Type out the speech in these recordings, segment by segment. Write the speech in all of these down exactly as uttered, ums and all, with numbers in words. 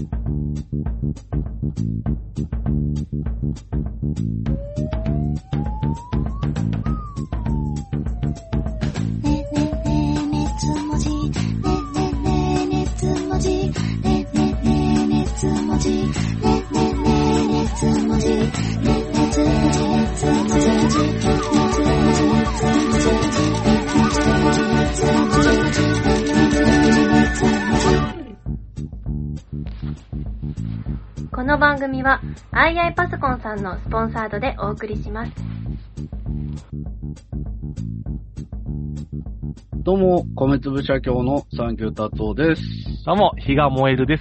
この番組は アイアイ パソコンさんのスポンサードでお送りします。 どうも、米粒社協のサンキュー達夫です。 どうも、日が燃えるです。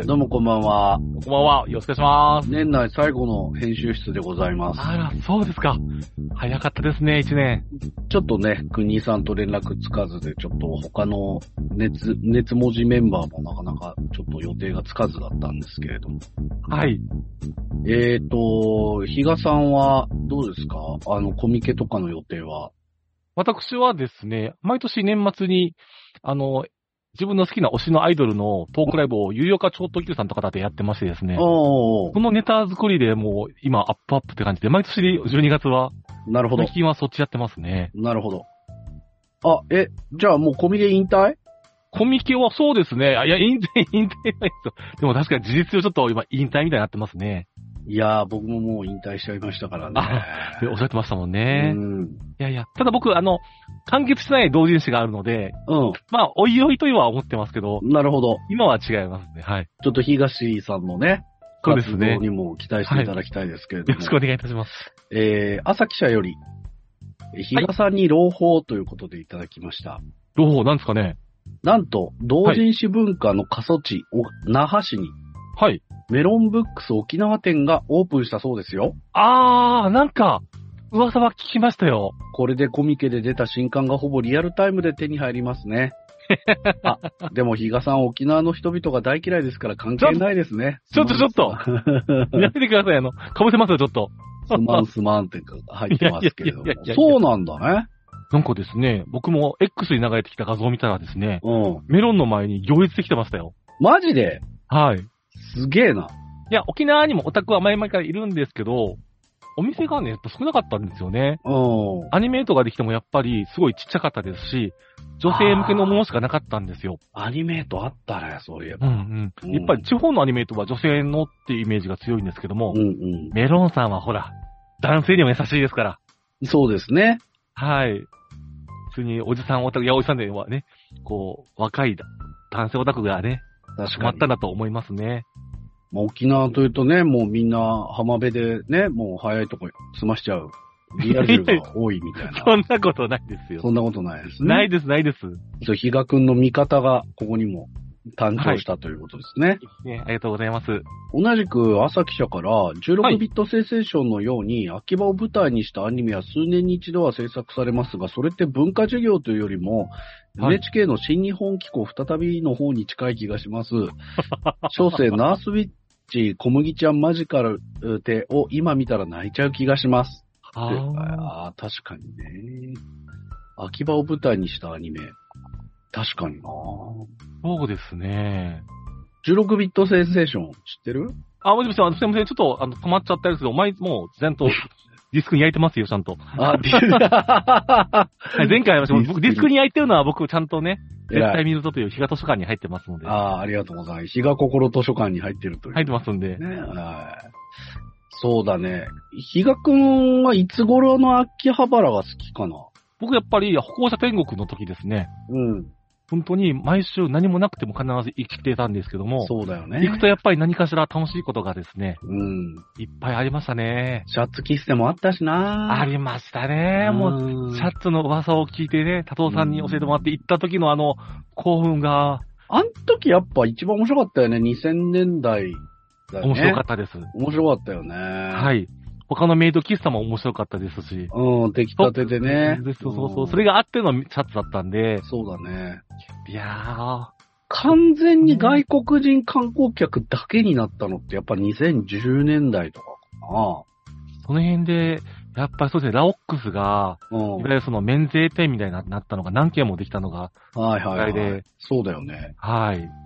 どうもこんばんは。 こんばんは。よろしくお願いします。 年内最後の編集室でございます。 あら、そうですか。早かったですね、一年。 ちょっとね、国さんと連絡つかずで、ちょっと他の熱、熱文字メンバーもなかなかちょっと予定がつかずだったんですけれども。 はい。 えーと、比嘉さんはどうですか？あの、コミケとかの予定は。 私はですね、毎年年末に、あの、自分の好きな推しのアイドルのトークライブを有料化超特急さんとかでやってましてですね。 おー。 そのネタ作りでもう今アップアップって感じで、毎年じゅうにがつは、 なるほど。 最近はそっちやってますね。 なるほど。あ、え、じゃあもうコミケ引退？ コミケはそうですね。いや、引退、引退ないですよ。でも確かに事実上ちょっと今引退みたいになってますね。 いやー、僕ももう引退しちゃいましたからね。 あ、おっしゃってましたもんね。 うん。 いやいや、ただ僕、あの、完結してない同人誌があるので、 うん。 まあ、おいおいとは思ってますけど、 なるほど。 今は違いますね。はい。 ちょっと東さんのね、 そうですね。 活動にも期待していただきたいですけれども。 よろしくお願いいたします。 えー、朝記者より、比嘉さんに朗報ということでいただきました。 朗報、なんですかね。 なんと、同人誌文化の過疎地、那覇市に、 はい。 メロンブックス沖縄店がオープンしたそうですよ。 あー、なんか、噂は聞きましたよ。 これでコミケで出た新刊がほぼリアルタイムで手に入りますね。あ、でも比嘉さん沖縄の人々が大嫌いですから関係ないですね。 ちょっとちょっと。やめてください。あの、かぶせますよ、ちょっと。 すまんすまんって入ってますけれども。 いやいやいやいやそうなんだね。 なんかですね、僕も X に流れてきた画像を見たらですね、 うん。 メロンの前に行列できてましたよ。 マジで？ はい。 すげえな。 いや、沖縄にもオタクは前々からいるんですけど、お店がね、やっぱ少なかったんですよね。 うん。 アニメートができてもやっぱりすごいちっちゃかったですし、女性向けのものしかなかったんですよ。 アニメートあったね、そういえば。 うんうん。やっぱり地方のアニメートは女性のっていうイメージが強いんですけども、 うんうん。 メロンさんはほら、男性にも優しいですから。 そうですね。 はい。普通におじさんオタク、いやおじさんではね、こう、若い男性オタクがね、 確かに。 集まったんだと思いますね。 まあ、沖縄というとね、もうみんな浜辺でね、もう早いとこ済ましちゃう。リアルが多いみたいな。 そんなことないですよ。 そんなことないですね。 ないです、ないです。 そう、比嘉くんの味方がここにも誕生したということですね。 ね、ありがとうございます。 同じく朝記者からじゅうろくビットセンセーションのように秋葉を舞台にしたアニメは数年に一度は制作されますが、それって文化事業というよりも、 はい、 エヌエイチケー の新日本機構再びの方に近い気がします。小生ナースウィッチ小麦ちゃんマジカルテを今見たら泣いちゃう気がします。ああ、確かにね。秋葉を舞台にしたアニメ。確かにな。 そうですね。 じゅうろくビットセンセーション知ってる？ あ、もしもし、あの、すいません、ちょっと、あの、止まっちゃったんですけど、前、もう、ちゃんと、ディスクに焼いてますよ、ちゃんと。 あ、ディスク。はい、 前回は僕、ディスクに焼いてるのは僕、ちゃんとね、絶対見るぞという、比嘉図書館に入ってますので。 ああ、ありがとうございます。比嘉心図書館に入ってるという。 入ってますんで。 ね、はい。そうだね。比嘉くんはいつ頃の秋葉原が好きかな？ 僕やっぱり歩行者天国の時ですね。 うん。 本当に毎週何もなくても必ず生きてたんですけども。 そうだよね。 行くとやっぱり何かしら楽しいことがですね。 うん。 いっぱいありましたね。 シャツキステもあったしな。 ありましたね。もう、シャツの噂を聞いてね、多藤さんに教えてもらって行った時のあの、興奮が。 あん時やっぱ一番面白かったよね。にせんねんだいだよね。 面白かったです。 面白かったよね。 はい。他のメイド喫茶も面白かったですし。 うん、出来たてでね。 そうそうそう。それがあってのシャツだったんで。 そうだね。 いやー。 完全に外国人観光客だけになったのってやっぱにせんじゅうねんだいとかかな。 その辺で、やっぱりそうですね、ラオックスが、 うん、 いわゆるその免税店みたいになったのが何件もできたのが、 はいはい、はい。 で。 そうだよね。 はい。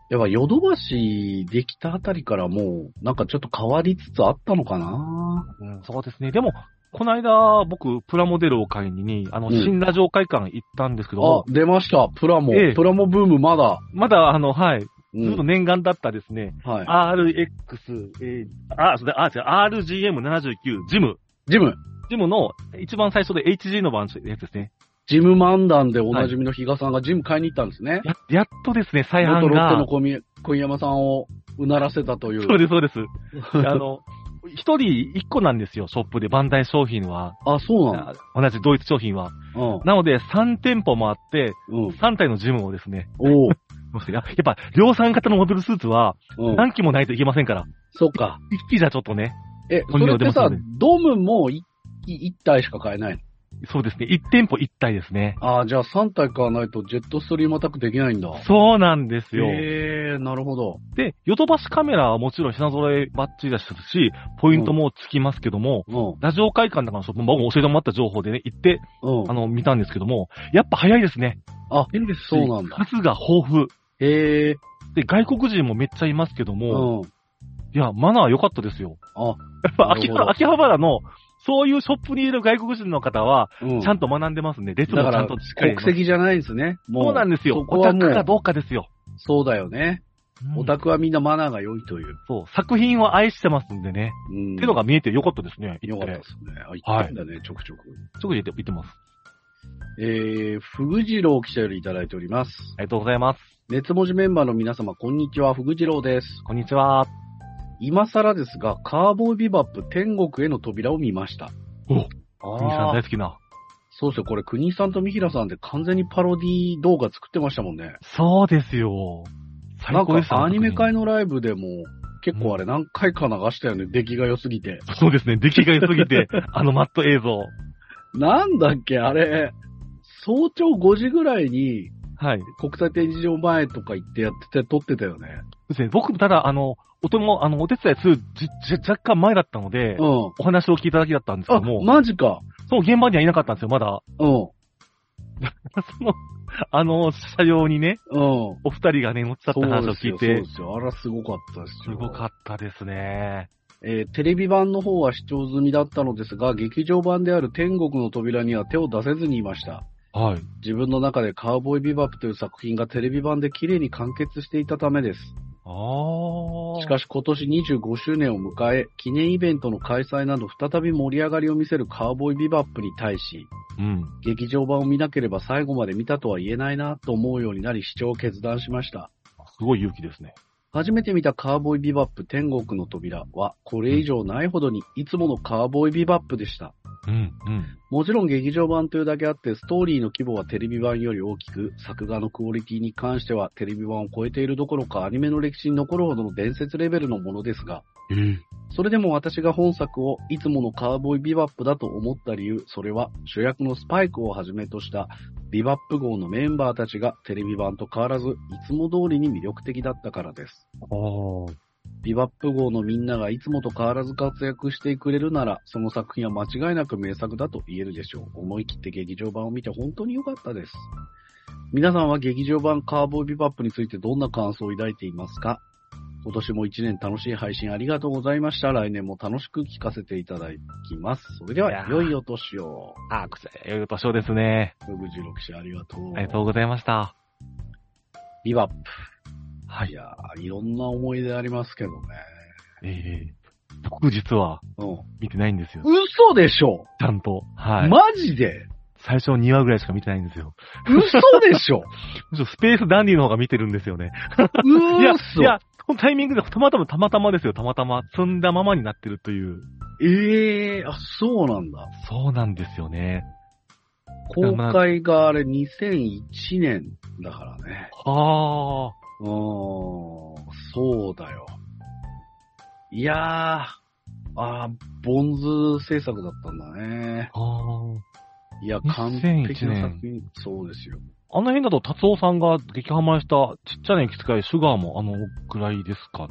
やっぱヨドバシできたあたりからもう、なんかちょっと変わりつつあったのかな。 うん、そうですね。でも、この間、僕、プラモデルを買いに、あの、 うん新ラジオ会館行ったんですけども、 あ、出ました。プラモ。 ええプラモブームまだ。 まだ、あの、はい、ずうんっと念願だったですね、 はい。 アールエックス、えー、あ、それ、あ、違う、アールジーエムななじゅうきゅう、ジム。 ジム。 ジムの、一番最初で エイチジー の版のやつですね。 ジム漫談でおなじみの比嘉さんがジム買いに行ったんですね。 や、やっとですね、再販元ロッテが。 の小宮小山さんをうならせたという。 そうです、そうです。あの、一人一個なんですよ、ショップで、バンダイ商品は。 あ、そうなんだ。 同じドイツ商品は。 うん。 なので、さん店舗もあって、 うん。 さん体のジムをですね、 おう。 やっぱ、量産型のモデルスーツは、 うん。 何機もないといけませんから。 そっか。 一機じゃちょっとね。 え、そ本人れってさは出ますので、 ドームも一一体しか買えないの？ そうですね。いち店舗いち体ですね。 ああ、じゃあさん体買わないとジェットストリームアタックできないんだ。 そうなんですよ。 へえ、なるほど。 で、ヨドバシカメラはもちろん品揃えバッチリですし、ポイントもつきますけども、 うん。 ラジオ会館とかのショップも僕も教えてもらった情報でね、行って、 うん。 あの、見たんですけども、やっぱ早いですね。 あ、 便利ですしそうなんだ。 数が豊富。 へえ。 で、外国人もめっちゃいますけどうも、 ん。 いや、マナー良かったですよ。 あ、 やっぱ秋なるほど葉秋葉原の、そういうショップにいる外国人の方は、 うん。 ちゃんと学んでますね。列もちゃんだからとしっかり。 国籍じゃないんですね。もう。 そうなんですよ。オそこはもう、 タクかどうかですよ。 そうだよね。 うんオタクはみんなマナーが良いという。 そう、作品を愛してますんでね。 うん。 っていうのが見えてよかったですね。 良かった行ってですね。あ、言ってんだね、ちょくちょく。 すぐ言って、言ってます。 えー、ふぐじろう記者よりいただいております。 ありがとうございます。 熱文字メンバーの皆様、こんにちは、ふぐじろうです。 こんにちは。 今更ですが、カーボーイビバップ天国への扉を見ました。 お、 あ国さんあ大好きな。 そうですよ、これ、国井さんと三平さんで完全にパロディ動画作ってましたもんね。 そうですよ。 なん最高ですか、アニメ会界のライブでも、結構あれ何回か流したよね、出来が良すぎて。 そうですね。出来が良すぎて、あのマット映像。 なんだっけ、あれ、早朝ごじぐらいに、 はい。 国際展示場前とか行ってやってて、撮ってたよね。 ですね。僕もただ、あの、おとも、あの、お手伝いするじ、じ、若干前だったので、 うん。 お話を聞いただけだったんですけあ、 ども、 マジか。 その現場にはいなかったんですよ、まだ。 うん。 その、あの、車両にね、 うん。 お二人がね、乗ってたって話を聞いそうて、 ですよ。あら、すごかったですよ。 すごかったですね。 えーテレビ版の方は視聴済みだったのですが、劇場版である天国の扉には手を出せずにいました。 はい。 自分の中でカウボーイビバップという作品がテレビ版で綺麗に完結していたためです。 ああ。 しかし今年にじゅうごしゅうねんを迎え、記念イベントの開催など再び盛り上がりを見せるカウボーイビバップに対し、 うん。 劇場版を見なければ最後まで見たとは言えないなと思うようになり視聴を決断しました。 すごい勇気ですね。 初めて見たカーボーイビバップ天国の扉はこれ以上ないほどにいつものカーボーイビバップでした。 うん、うん。 もちろん劇場版というだけあってストーリーの規模はテレビ版より大きく、作画のクオリティに関してはテレビ版を超えているどころかアニメの歴史に残るほどの伝説レベルのものですが、 ええそれでも私が本作をいつものカーボーイビバップだと思った理由、それは主役のスパイクをはじめとしたビバップ号のメンバーたちがテレビ版と変わらずいつも通りに魅力的だったからです。 ああ。 ビバップ号のみんながいつもと変わらず活躍してくれるなら、その作品は間違いなく名作だと言えるでしょう。思い切って劇場版を見て本当に良かったです。皆さんは劇場版カーボーイビバップについてどんな感想を抱いていますか？今年も一年楽しい配信ありがとうございました。来年も楽しく聞かせていただきます。それでは、 いやー良いお年を。 ああ、くせえ、よい年をですね。 ふぐじろく氏ありがとう。 ありがとうございました。 ビバップ。 はいい。やー、いろんな思い出ありますけどね。 ええ僕実はうん。 見てないんですよ。 嘘でしょ？ ちゃんと。はい。 マジで？ 最初にわぐらいしか見てないんですよ。 嘘でしょ？ むしろスペースダンディの方が見てるんですよね。 ういや、 ーいや、このタイミングでたまたまたまたまですよ、たまたま。積んだままになってるという。 ええー、あ、そうなんだ。 そうなんですよね。 公開があれにせんいちねんだからね。 はあ。 うーん、そうだよ。いやー、あー、ボンズ制作だったんだね。 はいや、完璧な作品、そうですよ。 あ。あの辺だと達夫さんが激ハマりしたちっちゃな駅使いシュガーもあのぐらいですかね。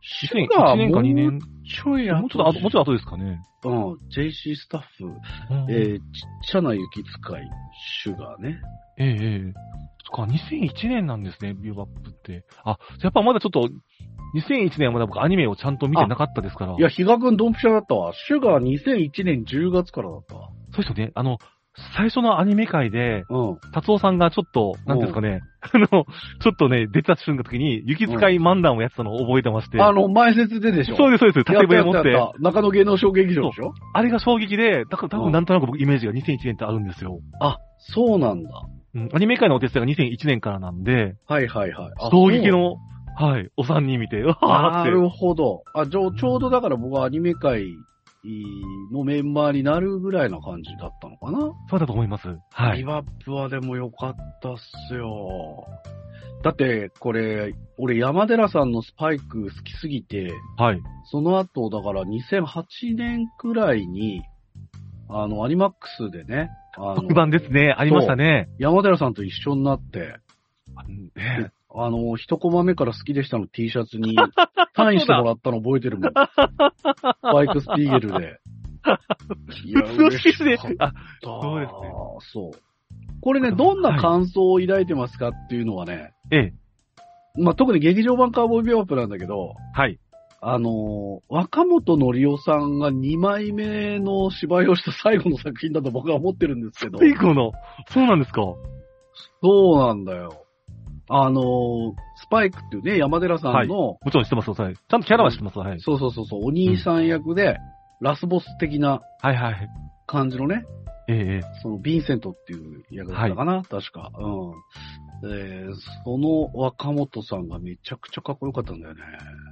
シにせんいちねんかにねん。 ちょい後。 もうちょっと後、もうちょっと後ですかね。 うん。ジェイシー スタッフ、 うんえー、ちっちゃな雪使い、シュガーね。 ええええ。そっか、にせんいちねんなんですね、ビューバップって。あ、やっぱまだちょっと、にせんいちねんはまだ僕アニメをちゃんと見てなかったですから。 いや、比嘉くんドンピシャだったわ。シュガーにせんいちねんじゅうがつからだったわ。 そうですよね。あの、最初のアニメ界で、 うん。 達夫さんがちょっと、なんていうんですかね、あの、ちょっとね、出た瞬間の時に、雪使い漫談をやってたのを覚えてまして。 あの、前説ででしょ。 そうです、そうです。竹笛持って。 やったやった中野芸能小劇場でしょ。 あれが衝撃で、だから多分なんとなく僕イメージがにせんいちねんってあるんですよ。 あ、そうなんだ。 うん、アニメ界のお手伝いがにせんいちねんからなんで、 はいはいはい。 衝撃の、はい、お三人見て、うわーって。 なるほど。あ、ちょ、ちょうどだから僕はアニメ界のメンバーになるぐらいな感じだったのかな。 そうだと思います。はい。 ビバップはでも良かったっすよ。だって、これ、俺山寺さんのスパイク好きすぎて、 はい。 その後、だからにせんはちねんくらいに、あの、アニマックスでね、あの特番ですね。ありましたね。 山寺さんと一緒になって、 ね、 あの、一コマ目から好きでしたの T シャツに、サインしてもらったの覚えてるもん。バイクスピーゲルで。いや、 普通好きですね。あ、 そうですね。そう。これね、どんな感想を抱いてますかっていうのはね、 ええ。 まあ、特に劇場版カーボーイビューアップなんだけど、 はい。 あの、若本のりおさんがにまいめの芝居をした最後の作品だと僕は思ってるんですけど。 最後の、そうなんですか。 そうなんだよ。あの、スパイクっていうね、山寺さんの、はい、 もちろん知ってます、はい。ちゃんとキャラは知ってます、はい。 そうそうそうそう、お兄さん役で、うん、ラスボス的な、 はいはい。 感じのね、 ええ、 その、ヴィンセントっていう役だったかな、はい、確か。うん。えー、その若本さんがめちゃくちゃかっこよかったんだよね。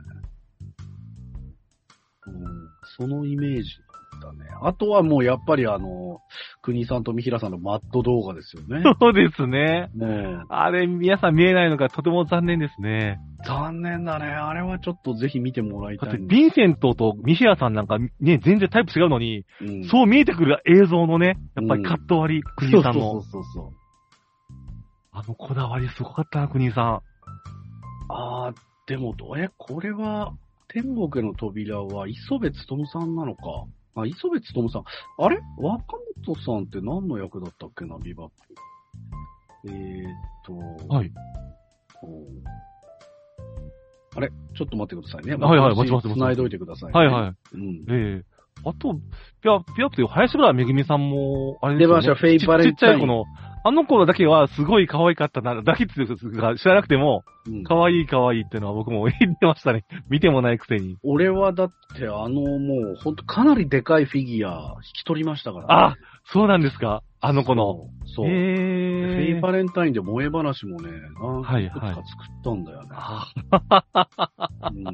うん、そのイメージだね。あとはもうやっぱりあの、国さんと三平さんのマッド動画ですよね。 そうですね。 ねあれ、皆さん見えないのがとても残念ですね。 残念だね。あれはちょっとぜひ見てもらいたい。 だって、ヴィンセントと三平さんなんかね、全然タイプ違うのに、うん、そう見えてくる映像のね、やっぱりカット割り、うん、国さんの。 そうそうそうそう。 あのこだわりすごかったな、国さん。 あー、でもどうや、これは、天国への扉は磯部勉さんなのか。あ、磯部勉さん。あれ若本さんって何の役だったっけな、ビバップ。えーっと。 はい。 あれちょっと待ってくださいね。 はいはい、待ちます。 繋いどいてください、ね。 はいはい。 うん。 ええー、あと、ピャ、ピャって林村めぐみさんも、あれですよね。 出ました、フェイバレンタイン。 ちっちゃい子の、あの子だけはすごい可愛かったな、だけっていうか知らなくても、可愛い可愛いっていうのは僕も言ってましたね。見てもないくせに。 俺はだってあのもうほんとかなりでかいフィギュア引き取りましたから、ね。 あ、そうなんですか。あの子の。 そう。そうへー。フェイバレンタインで萌え話もね、何回か作ったんだよね。はいはいうん、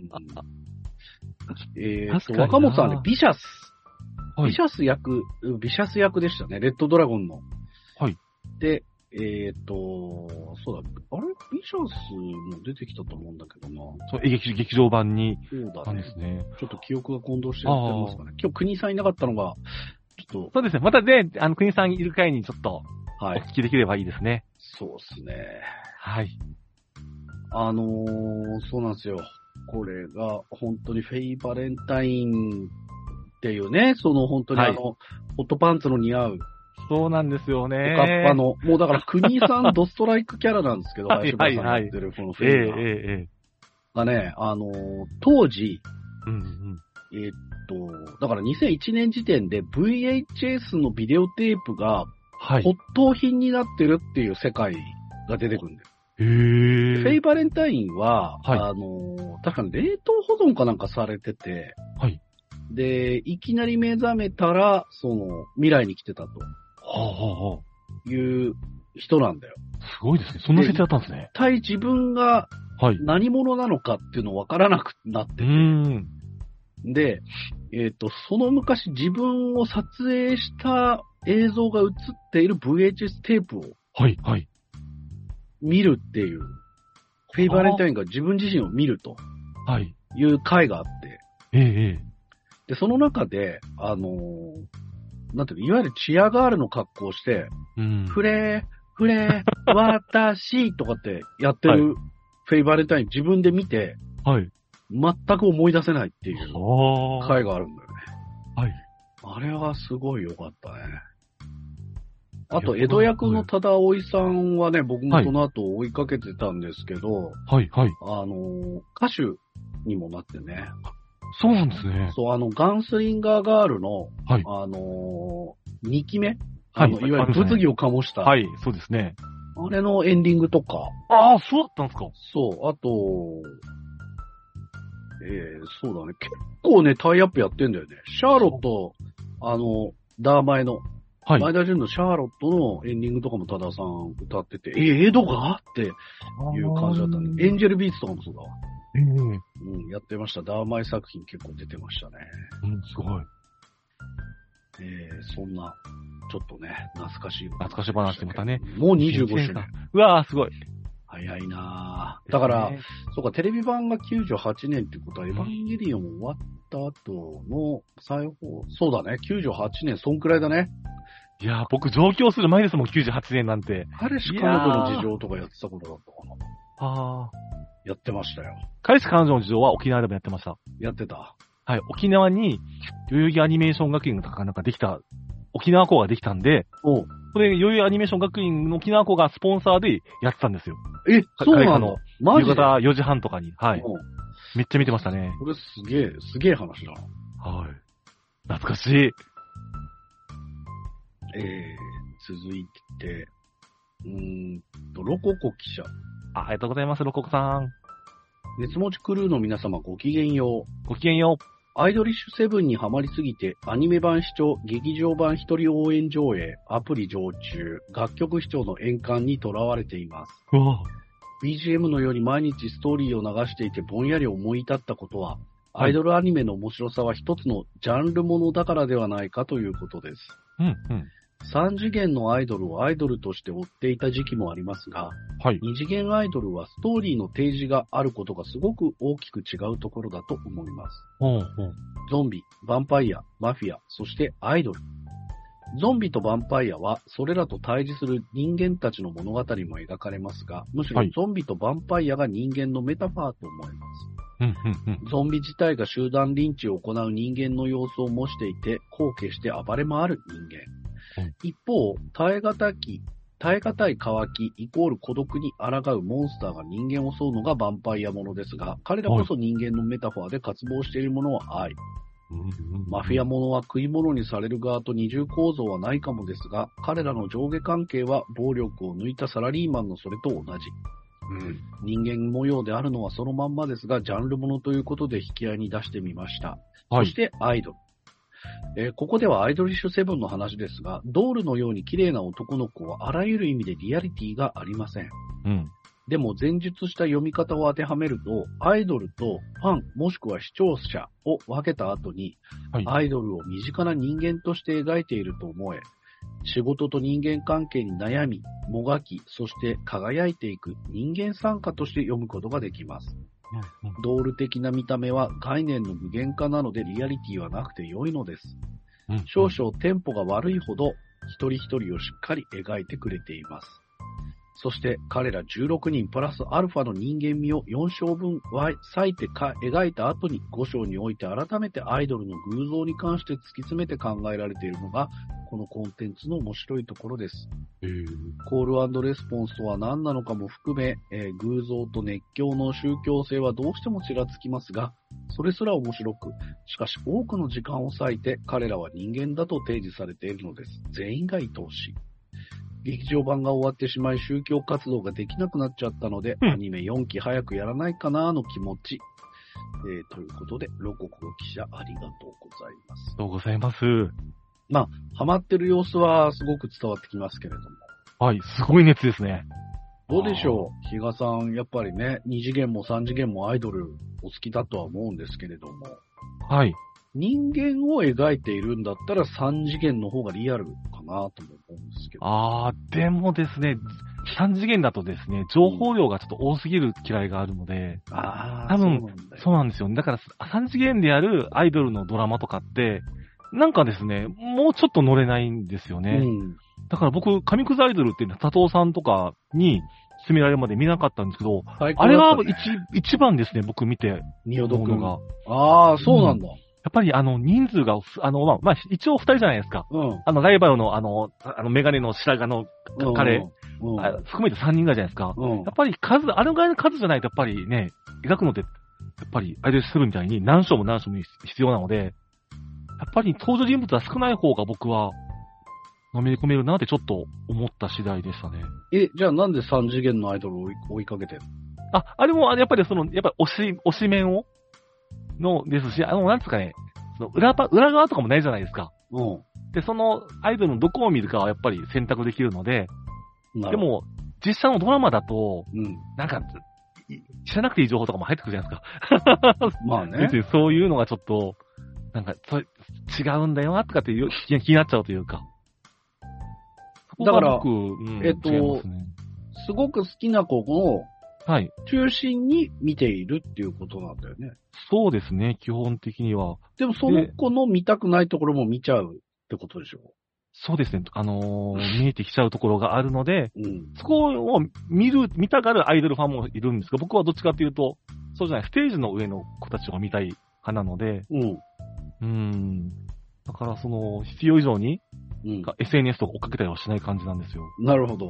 えーっと、若本さんね、ビシャス。ビシャス役、ビシャス役でしたね。レッドドラゴンの。 はい。 で、えっ、ー、と、そうだ、あれビシャスも出てきたと思うんだけどな。 そう、劇劇場版に。 そうだね。 ですね。 ちょっと記憶が混同してやってますかね。今日国さんいなかったのが、ちょっと。 そうですね。またね、あの、国さんいる回にちょっと、お聞きできればいいですね。はい、 そうですね。 はい。 あのー、そうなんですよ。これが、本当にフェイバレンタインっていうね、その本当にあの、はい、ホットパンツの似合う。 そうなんですよね。 おかっぱの、もうだから国さんドストライクキャラなんですけど、 はいはいはい。 やってるこのフェイバー。 ええええ。 がね、あのー、当時、 うんうん、 えー、っと、だからにせんいちねん時点で ブイエイチエス のビデオテープが、 はい、 骨董品になってるっていう世界が出てくるんだよ。 へー。 フェイバレンタインは、 はい、 あのー、確かに冷凍保存かなんかされてて、 はい。 で、いきなり目覚めたら、その、未来に来てたと。 はあはあ、いう人なんだよ。 すごいですね。そんな設定だったんですね。 一体自分が何者なのかっていうの分からなくなってて。 はい、うんで、えっと、その昔自分を撮影した映像が映っている ブイエイチエス テープをはい、はい。 見るっていう、フェイバレンタインが自分自身を見るという回があって、 ええ、 で、その中で、あのー、なんていうの、いわゆるチアガールの格好をして、 うん、 フレー、フレー、私とかってやってるフェイバレンタイン自分で見て、 はい。 全く思い出せないっていうは回があるんだよね。 はい。 あれはすごい良かったね。あと、江戸役の忠葵さんはね、僕もその後追いかけてたんですけど、 はい、はい。 あの、歌手にもなってね。 そうなんですね。 そう、あの、ガンスリンガーガールの、 はい。 あの、にきめはい。 あのいわゆる物議を醸した。 はい、そうですね。 あれのエンディングとか。 ああ、そうだったんですか。 そう、あと、えー、そうだね。結構ね、タイアップやってんだよね。シャーロット、あの、ダーマイの、 はい。 前田純のシャーロットのエンディングとかも多田さん歌ってて、えー、エドがっていう感じだったね。エンジェルビーツとかもそうだわ。 ええー。 うん、やってました。ダーマイ作品結構出てましたね。 うん、すごい。 えー、そんな、ちょっとね、懐かしい。 懐かしい話でまたね。 もうにじゅうごしゅうねん。 うわー、すごい。 早いなぁ。だから、 ね、 そうか、テレビ版がきゅうじゅうはちねんってことは、エヴァンゲリオン終わった後の再放、そうだね、きゅうじゅうはちねん、そんくらいだね。 いやー、僕上京する前ですもん、きゅうじゅうはちねんなんて。 彼氏彼女の事情とかやってたことだったかな。 ああ。 やってましたよ。 彼氏彼女の事情は沖縄でもやってました。 やってた。 はい、沖縄に、代々木アニメーション学院とかなんかできた、沖縄校ができたんで、 おう。 これ、代々木アニメーション学院の沖縄校がスポンサーでやってたんですよ。 え、そうなの？マジで？ 夕方よじはんとかに。はい。めっちゃ見てましたね。 これすげえ、すげえ話だ。 はい。懐かしい。 えー、続いて、うーんと、ロココ記者。 あ、ありがとうございます、ロココさん。 熱持ちクルーの皆様ごきげんよう。 ごきげんよう。 アイドリッシュセブンにハマりすぎて、アニメ版視聴、劇場版一人応援上映、アプリ常駐、楽曲視聴の円環にとらわれています。 うわビージーエム のように毎日ストーリーを流していてぼんやり思い至ったことは、アイドルアニメの面白さは一つのジャンルものだからではないかということです。 うん、うん。 三次元のアイドルをアイドルとして追っていた時期もありますが、 はい。 二次元アイドルはストーリーの提示があることがすごく大きく違うところだと思います。 ほうほう。 ゾンビ、ヴァンパイア、マフィア、そしてアイドル。ゾンビとヴァンパイアはそれらと対峙する人間たちの物語も描かれますが、むしろゾンビとヴァンパイアが人間のメタファーと思えます。 うんうんうん。 ゾンビ自体が集団リンチを行う人間の様子を模していて、こう決して暴れ回る人間。 うん一方、耐え難き、耐え難い渇きイコール孤独に抗うモンスターが人間を襲うのがヴァンパイアものですが、彼らこそ人間のメタファーで渇望しているものは愛。マフィアものは食い物にされる側と二重構造はないかもですが、彼らの上下関係は暴力を抜いたサラリーマンのそれと同じ。うん、人間模様であるのはそのまんまですが、ジャンルものということで引き合いに出してみました。はい、そしてアイドル。えー、ここではアイドリッシュセブンの話ですが、ドールのように綺麗な男の子はあらゆる意味でリアリティがありません。 うん、 でも前述した読み方を当てはめると、アイドルとファンもしくは視聴者を分けた後に、はい、アイドルを身近な人間として描いていると思え、仕事と人間関係に悩み、もがき、そして輝いていく人間参加として読むことができます。うんうん、ドール的な見た目は概念の具現化なのでリアリティはなくて良いのです。うんうん、少々テンポが悪いほど一人一人をしっかり描いてくれています。そして彼らじゅうろくにんプラスアルファの人間味をよん章分割いてか描いた後にご章において改めてアイドルの偶像に関して突き詰めて考えられているのがこのコンテンツの面白いところです。 えー、 コール&レスポンスとは何なのかも含め、えー、偶像と熱狂の宗教性はどうしてもちらつきますが、それすら面白く、しかし多くの時間を割いて彼らは人間だと提示されているのです。全員が愛おしい。劇場版が終わってしまい宗教活動ができなくなっちゃったので、うん、アニメよんき早くやらないかなの気持ち。えー、ということで、ロココ記者ありがとうございます。 ありがとうございます。 まあ、ハマってる様子はすごく伝わってきますけれども。 はい、すごい熱ですね。 どうでしょう、比嘉さん、やっぱりね、に次元もさん次元もアイドルお好きだとは思うんですけれども。 はい。 人間を描いているんだったらさん次元の方がリアルかなとも思うんですけど。 あー、でもですね、さん次元だとですね、情報量がちょっと多すぎる嫌いがあるので、 うん、あー、 多分、そうなんですよ。だからさん次元でやるアイドルのドラマとかって、なんかですね、もうちょっと乗れないんですよね。うん、だから僕、神くずアイドルって佐藤さんとかに進められるまで見なかったんですけど、 最高あれはだったね一、一番ですね、僕見て。 仁淀くんが。 ああ、そうなんだ。 やっぱりあの、人数が、あの、まあ、まあ、一応二人じゃないですか。 うん。 あの、ライバルのあの、あの、メガネの白髪の彼、 うん。 あ含めてさんにんぐらいじゃないですか。 うん。 やっぱり数、あのぐらいの数じゃないとやっぱりね、描くのって、やっぱり、アイドルするみたいに何章も何章も必要なので、やっぱり登場人物は少ない方が僕は、のめり込めるなってちょっと思った次第でしたね。 え、じゃあなんで三次元のアイドルを追い追いかけてんの？ あ、あれも、やっぱりその、やっぱり推し、推し面を、の、ですし、あの、なんつうかね、その裏ば、裏側とかもないじゃないですか。 うん。 で、その、アイドルのどこを見るかはやっぱり選択できるので、でなるほど、 も、実際のドラマだと、 うん。 なんか、い知らなくていい情報とかも入ってくるじゃないですか。 まあね別。にそういうのがちょっと、なんか、それ違うんだよな、とかっていう気気になっちゃうというか。 だからそこが僕、うんえっと違いますねすごく好きな子をはい。 中心に見ているっていうことなんだよね。 そうですね、基本的には。 でもその子の見たくないところも見ちゃうってことでしょ？ そうですね、あのー見えてきちゃうところがあるので、 うん。 そこを見る、見たがるアイドルファンもいるんですが、僕はどっちかというと、そうじゃない、ステージの上の子たちが見たい派なので、 うん。 うーん。だからその、必要以上に、 うん。 エスエヌエス とか追っかけたりはしない感じなんですよ。 なるほど。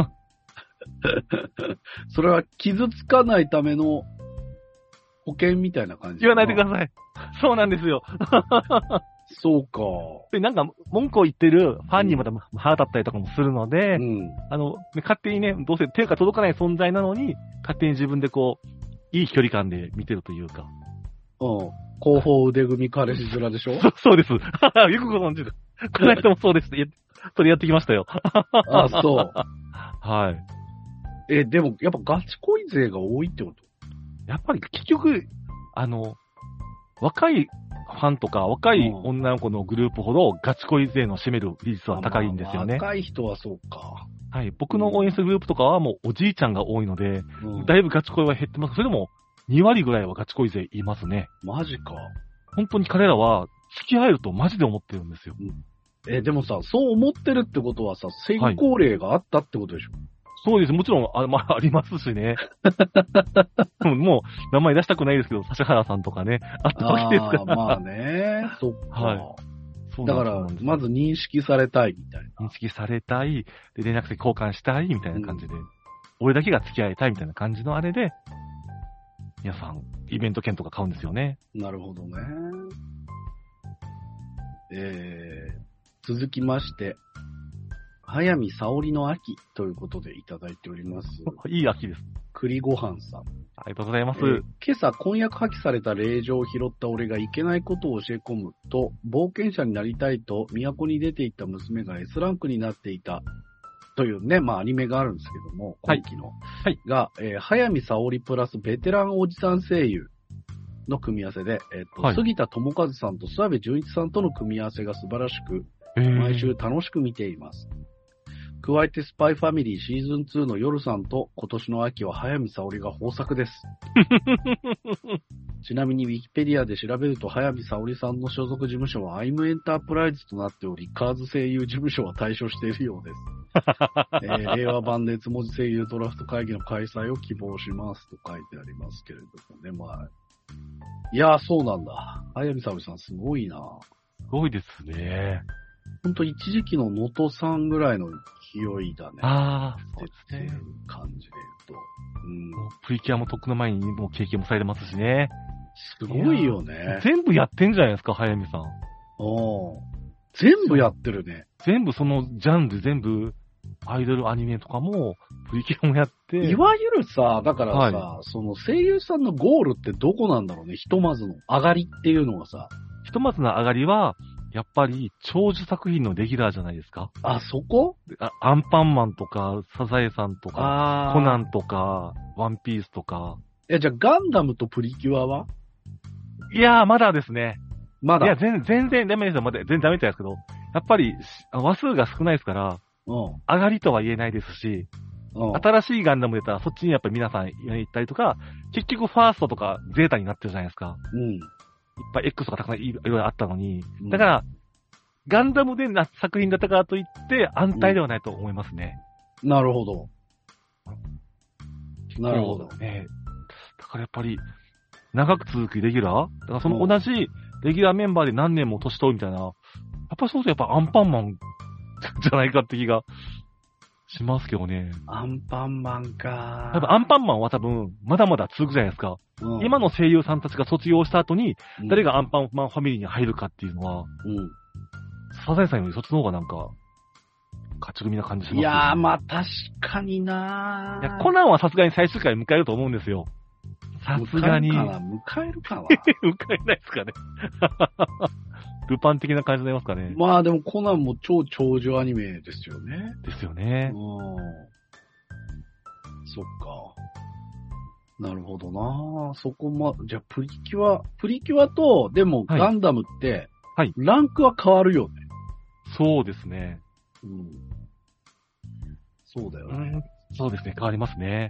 それは傷つかないための保険みたいな感じ。 言わないでください。そうなんですよ。 そうか。 で、なんか、文句を言ってるファンにまた腹立ったりとかもするので、 うん。 あの、勝手にね、どうせ手が届かない存在なのに、勝手に自分でこう、いい距離感で見てるというか。 うん。後方腕組み彼氏面でしょ？ そそうです。よくご存知です。この人もそうです。やそれやってきましたよ。 あ、そう。 はい。 え、でも、やっぱガチ恋勢が多いってこと？ やっぱり結局、あの、若いファンとか若い女の子のグループほどガチ恋勢の占める比率は高いんですよね。 まあ若い人はそうか。 はい。僕の応援するグループとかはもうおじいちゃんが多いので、 うん、 だいぶガチ恋は減ってます。それでもに割ぐらいはガチ恋勢いますね。 マジか。 本当に彼らは付き合えるとマジで思ってるんですよ。 え、でもさ、そう思ってるってことはさ、先行例があったってことでしょ？ そうです。もちろん、あ、まあ、ありますしね。もう、名前出したくないですけど、指原さんとかね、あったわけですから。 あまあね。そっか。 はいそうだからなんです、 まず認識されたいみたいな。 認識されたい、で、連絡先交換したい、みたいな感じで、うん、俺だけが付き合いたいみたいな感じのあれで、皆さん、イベント券とか買うんですよね。 なるほどね。えー、続きまして、早見沙織の秋ということでいただいております。 いい秋です。 栗ごはんさん。 ありがとうございます。 えー、今朝婚約破棄された令状を拾った俺がいけないことを教え込むと、冒険者になりたいと都に出て行った娘が S ランクになっていたというね、まあアニメがあるんですけども、今期の。 はい。 が、えー、早見沙織プラスベテランおじさん声優の組み合わせで、えっ、ー、と、はい、杉田智和さんと諏訪部純一さんとの組み合わせが素晴らしく、毎週楽しく見ています。加えてスパイファミリーシーズンツーの夜さんと今年の秋は早見沙織が豊作です。ちなみにウィキペディアで調べると早見沙織さんの所属事務所はアイムエンタープライズとなっており、カーズ声優事務所は退所しているようです。えー、令和版熱文字声優ドラフト会議の開催を希望しますと書いてありますけれどもね。まあ、いやーそうなんだ。早見沙織さんすごいな。 すごいですね。 ほんと一時期の能登さんぐらいの勢いだね。 ああ、そうですね。 感じで言うと。 うん。プリキュアもとっくの前にもう経験もされてますしね。 すごいよね。 全部やってんじゃないですか、早見さん。 おー。全部やってるね。 全部そのジャンル、全部アイドルアニメとかも、プリキュアもやって。 いわゆるさ、だからさ、はい、その声優さんのゴールってどこなんだろうね。ひとまずの上がりっていうのはさ。 ひとまずの上がりは、やっぱり、長寿作品のレギュラーじゃないですか。 あ、そこ？ あアンパンマンとか、サザエさんとか、コナンとか、ワンピースとか。 え、じゃあガンダムとプリキュアはいやー、まだですね。 まだ。 いや、全然、全然ダメですよ。まだ、全然ダメって言うんですけど、やっぱり、話数が少ないですから、 うん、 上がりとは言えないですし、うん、新しいガンダム出たら、そっちにやっぱり皆さん行ったりとか、結局ファーストとかゼータになってるじゃないですか。 うん。いっぱい X とかたくさんいろいろあったのに、うん、だから、ガンダムでな作品だったからといって安泰ではないと思いますね。 うん、なるほど。 なるほど。 ね。だからやっぱり、長く続くレギュラーだからその同じレギュラーメンバーで何年も年取るみたいな、やっぱりそうするとやっぱアンパンマンじゃないかって気がしますけどね。 アンパンマンか。 多分アンパンマンは多分、まだまだ続くじゃないですか。うん、今の声優さんたちが卒業した後に、誰がアンパンマンファミリーに入るかっていうのは、うん。サザエさんよりそっちの方がなんか、勝ち組な感じします、ね。 いやー、まあ確かになー。 いや、コナンはさすがに最終回迎えると思うんですよ。さすがに。 迎えるかな迎えないですかね。ルパン的な感じになりますかね。 まあでもコナンも超長寿アニメですよね。 ですよね。 うん。そっか。なるほどな。そこま、じゃあプリキュア、プリキュアと、でもガンダムって、はい。ランクは変わるよね。 そうですね。 うん。そうだよね。 うん、そうですね。変わりますね。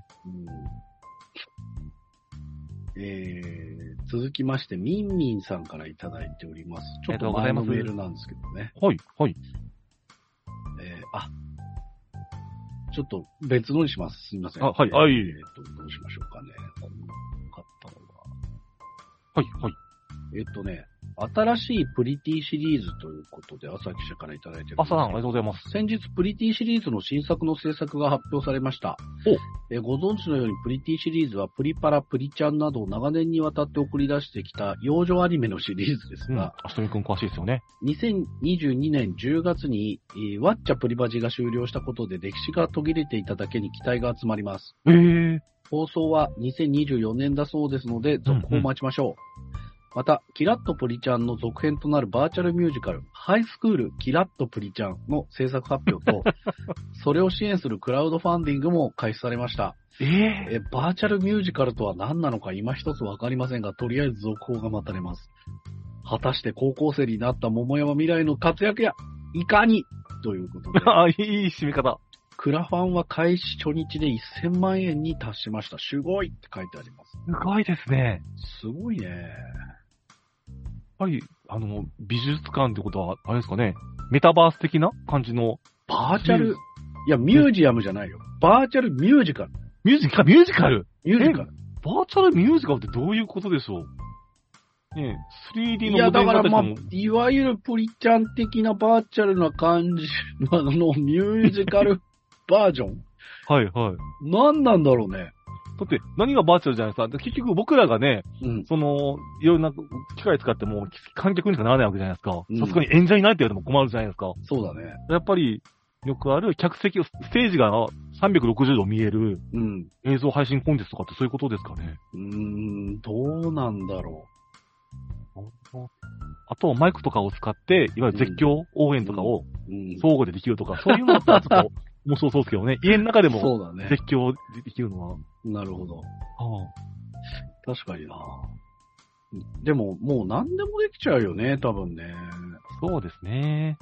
うん。えー、続きまして、ミンミンさんからいただいております。ちょっと前のメールなんですけどね。 はい、はい。 えー、あ、ちょっと別のにします。すみません。 あ、はい、はい。えっと、どうしましょうかね。この買ったのが。 はい、はい。 えっとね、新しいプリティシリーズということで、朝記者からいただいております。 朝さん、ありがとうございます。 先日、プリティシリーズの新作の制作が発表されました。えご存知のように、プリティシリーズはプリパラ、プリちゃんなどを長年にわたって送り出してきた幼女アニメのシリーズですが、 あすみくん詳しいですよね。 にせんにじゅうにねんじゅうがつに、えー、ワッチャプリバジが終了したことで歴史が途切れていただけに期待が集まります。 えー、 放送はにせんにじゅうよねんだそうですので、続報を待ちましょう。うんうんまた、キラッとプリちゃんの続編となるバーチャルミュージカル、ハイスクールキラッとプリちゃんの制作発表と、それを支援するクラウドファンディングも開始されました。 えー、 えバーチャルミュージカルとは何なのか今一つわかりませんが、とりあえず続報が待たれます。果たして高校生になった桃山未来の活躍や、いかにということで。 あ、いい締め方。 クラファンは開始初日でせんまんえんに達しました。すごいって書いてあります。 すごいですね。 すごいね。 やっぱり、あの、美術館ってことは、あれですかね、メタバース的な感じの。 バーチャル、いや、ミュージアムじゃないよ。バーチャルミュージカル。 ミュージカル、ミュージカルミュージカル。 バーチャルミュージカルってどういうことでしょうねえ、スリーディー のいや、だからまあ、いわゆるプリちゃん的なバーチャルな感じのミュージカルバージョンはいはい。 何なんだろうね。 だって、何がバーチャルじゃないですか。結局僕らがね、うん、その、いろんな機械使っても観客にしかならないわけじゃないですか。さすがに演者にないって言われても困るじゃないですか。 そうだね。 やっぱり、よくある客席、ステージがさんびゃくろくじゅうど見える、うん、映像配信コンテンツとかってそういうことですかね。 うーん、どうなんだろう。あと、マイクとかを使って、いわゆる絶叫応援とかを相互でできるとか、そういうのだったらちょっと面白そうですけどね。家の中でも絶叫できるのは。 なるほど。はあ、確かにな。でも、もう何でもできちゃうよね、多分ね。 そうですね。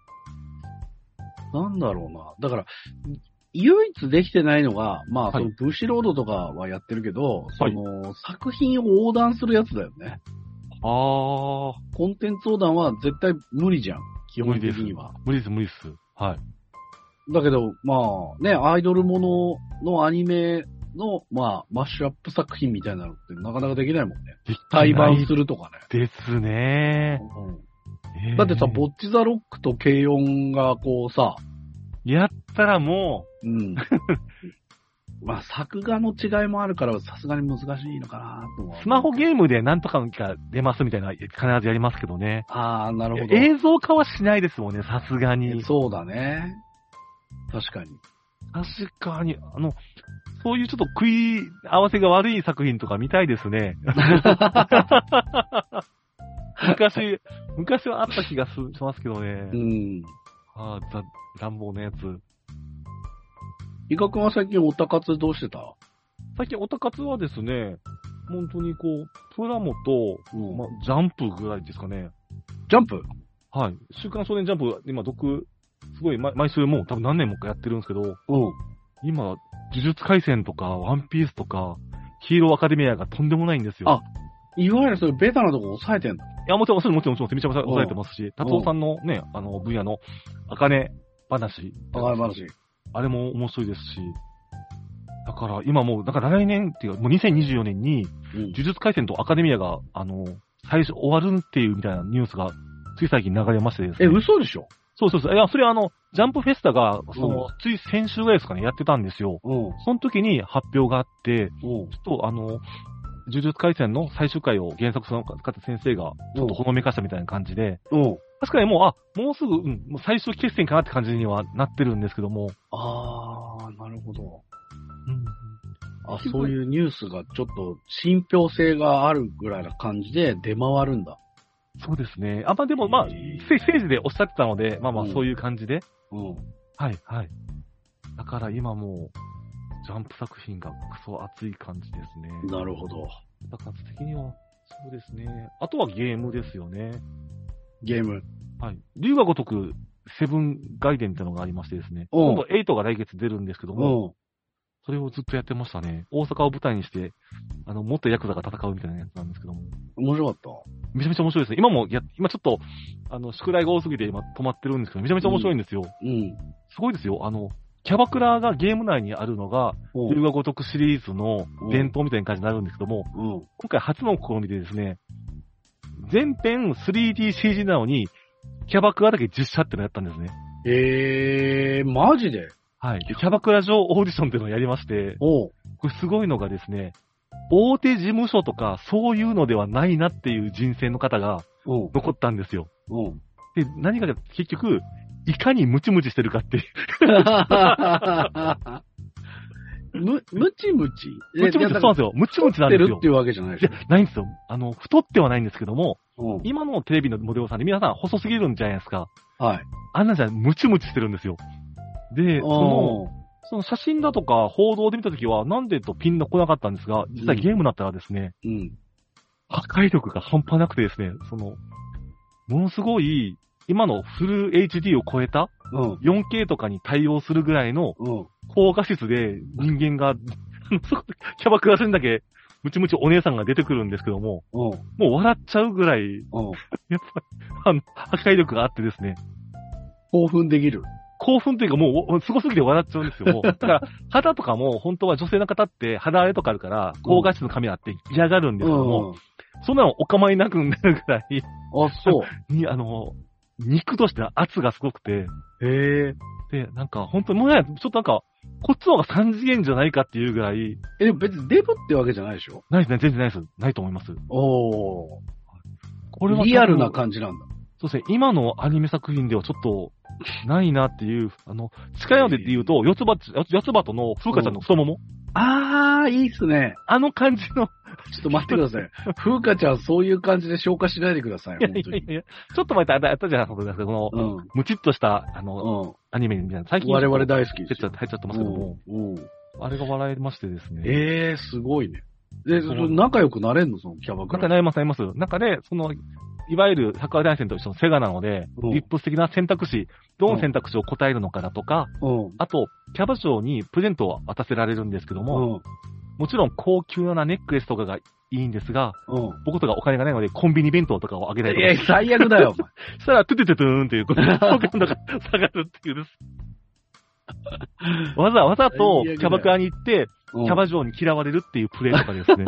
なんだろうな。だから、唯一できてないのが、まあ、はい、そのブッシュロードとかはやってるけど、はい、その、作品を横断するやつだよね。 ああ。コンテンツ横断は絶対無理じゃん。基本的には。 無理です、無理です。はい。 だけど、まあ、ね、アイドルもののアニメの、まあ、マッシュアップ作品みたいなのってなかなかできないもんね。対バンするとかね。 ですね、 うん。だってさ、ボッチザロックと軽音がこうさ、 やったらもう、うん。まあ、作画の違いもあるから、さすがに難しいのかなと思う。 スマホゲームでなんとかが出ますみたいな、必ずやりますけどね。 ああ、なるほど。 映像化はしないですもんね、さすがに。 そうだね。確かに。 確かに、あの、そういうちょっと食い合わせが悪い作品とか見たいですね。昔、昔はあった気がしますけどね。 うん。 ああ、ザ、乱暴なやつ。 伊賀くんは最近オタ活どうしてた？ 最近オタ活はですね、本当にこう、プラモと、うん、まあ、ジャンプぐらいですかね。 ジャンプ？ はい。週刊少年ジャンプ、今、読、すごい、毎週もう多分何年もかやってるんですけど、うん。今、呪術廻戦とか、ワンピースとか、ヒーローアカデミアがとんでもないんですよ。 あ、いわゆるそういうベタなとこ抑えてんの？いや、もちろん、もちろん、もちろん、めちゃめちゃ抑えてますし、達夫さんのね、あの、分野の、あかね話。 あかね話。 あれも面白いですし、だから今もう、だから来年っていうか、もうにせんにじゅうよねんに、 うん。 呪術廻戦とアカデミアが、あの、最初終わるっていうみたいなニュースが、つい最近流れましてですね。 え、嘘でしょ？ そうそうそう。いや、それはあの、ジャンプフェスタが、その、つい先週ぐらいですかね、やってたんですよ。 うん。 その時に発表があって、 うん。 ちょっとあの、呪術廻戦の最終回を原作その方先生が、ちょっとほのめかしたみたいな感じで、 うん。 確かにもう、あ、もうすぐ、うん、もう最終決戦かなって感じにはなってるんですけども。 あー、なるほど。 うんあ、そういうニュースがちょっと信憑性があるぐらいな感じで出回るんだ。 そうですね。あ、まあでもまあ、 へーステージでおっしゃってたので、まあまあうんそういう感じで。 うん。 はい、はい。だから今もう、ジャンプ作品がクソ熱い感じですね。 なるほど。 だから的には、そうですね。あとはゲームですよね。 ゲーム。 はい。龍が如く、セブン外伝ってのがありましてですね。 うん今度エイトが来月出るんですけどうも、 ん。 それをずっとやってましたね。大阪を舞台にして、あの、もっとヤクザが戦うみたいなやつなんですけども。 面白かった。 めちゃめちゃ面白いですね。今もや、今ちょっと、あの、宿題が多すぎて今止まってるんですけど、めちゃめちゃ面白いんですよ。 うん。 すごいですよ。あの、キャバクラがゲーム内にあるのが、 うん龍が如くシリーズの伝統みたいな感じになるんですけども、 うん。 今回初の試みでですね、全編 スリーディーシージー なのに、キャバクラだけ実写ってのやったんですね。 えー、マジで？ はい。でキャバクラ上オーディションっていうのをやりまして、 おう。 これすごいのがですね、大手事務所とかそういうのではないなっていう人選の方がうん。 残ったんですよ。 うん。 で、何か結局、いかにムチムチしてるかっていう。 む、ムチムチムチムチ、そうなんですよ。ムチムチなんですよ太ってるって。いうわけじゃないでしいや、ないんですよ。あの、太ってはないんですけども、 ょ。うん。 今のテレビのモデルさんで皆さん細すぎるんじゃないですか。 はい。 あんなんじゃムチムチしてるんですよ。で、その、 おーその写真だとか報道で見たときはなんでとピンの来なかったんですが、実際ゲームになったらですね、 うん。 破壊力が半端なくてですね、その、ものすごい、今のフル エイチディー を超えたうん。 よんケー とかに対応するぐらいのうん。 高画質で人間が、そこキャバクラ戦だけムチムチお姉さんが出てくるんですけども、 うん。 もう笑っちゃうぐらい、 うん。 やっぱり、あの、破壊力があってですね、 興奮できる。 興奮というかもう、すごすぎて笑っちゃうんですよ。もうだから、肌とかも本当は女性の方って肌荒れとかあるから、高画質のカメラって嫌がるんですけども、 うん。 そんなのお構いなくなるぐらい、 あ、そう。 に、あの、肉としての圧がすごくて、 へえ。 で、なんか本当にもうね、ちょっとなんか、こっちの方がさん次元じゃないかっていうぐらい、 え、でも別にデブってわけじゃないでしょ？ ないですね、全然ないです。ないと思います。 おー。 これは多分リアルな感じなんだ。 そうですね、今のアニメ作品ではちょっと、ないなっていう、あの、近いので言うと、四つ葉、四つ葉との風花ちゃんの太もも、 あー、いいっすね。 あの感じの、 ちょっと待ってください。風花ちゃんそういう感じで消化しないでください、 いや本当に。 いやいや、ちょっと前ってあったあったじゃないですか、この、 うん。 ムチっとした、あの、 うん。 アニメみたいな。最近、 我々大好きですよ。 入っちゃ入っちゃってますけども、 うん。うん。 あれが笑えましてですね。 えー、すごいね。で、 そうそれ仲良くなれんのそのキャバクラ。 なんかなります、なります。中で、その、いわゆるサッカー大戦と一緒のセガなので、 うんリップス的な選択肢、どの選択肢を答えるのかだとか、 うん。 あと、キャバ嬢にプレゼントを渡せられるんですけども、 うん。 もちろん高級なネックレスとかがいいんですが、 うん。 僕とかお金がないのでコンビニ弁当とかをあげたりとかいや、最悪だよ、お前。 そしたら、トゥトゥトゥトゥーンっていう、この、好感度が下がるっていうです。わざわざとキャバクラに行って、 うんキャバ嬢に嫌われるっていうプレイとかですね。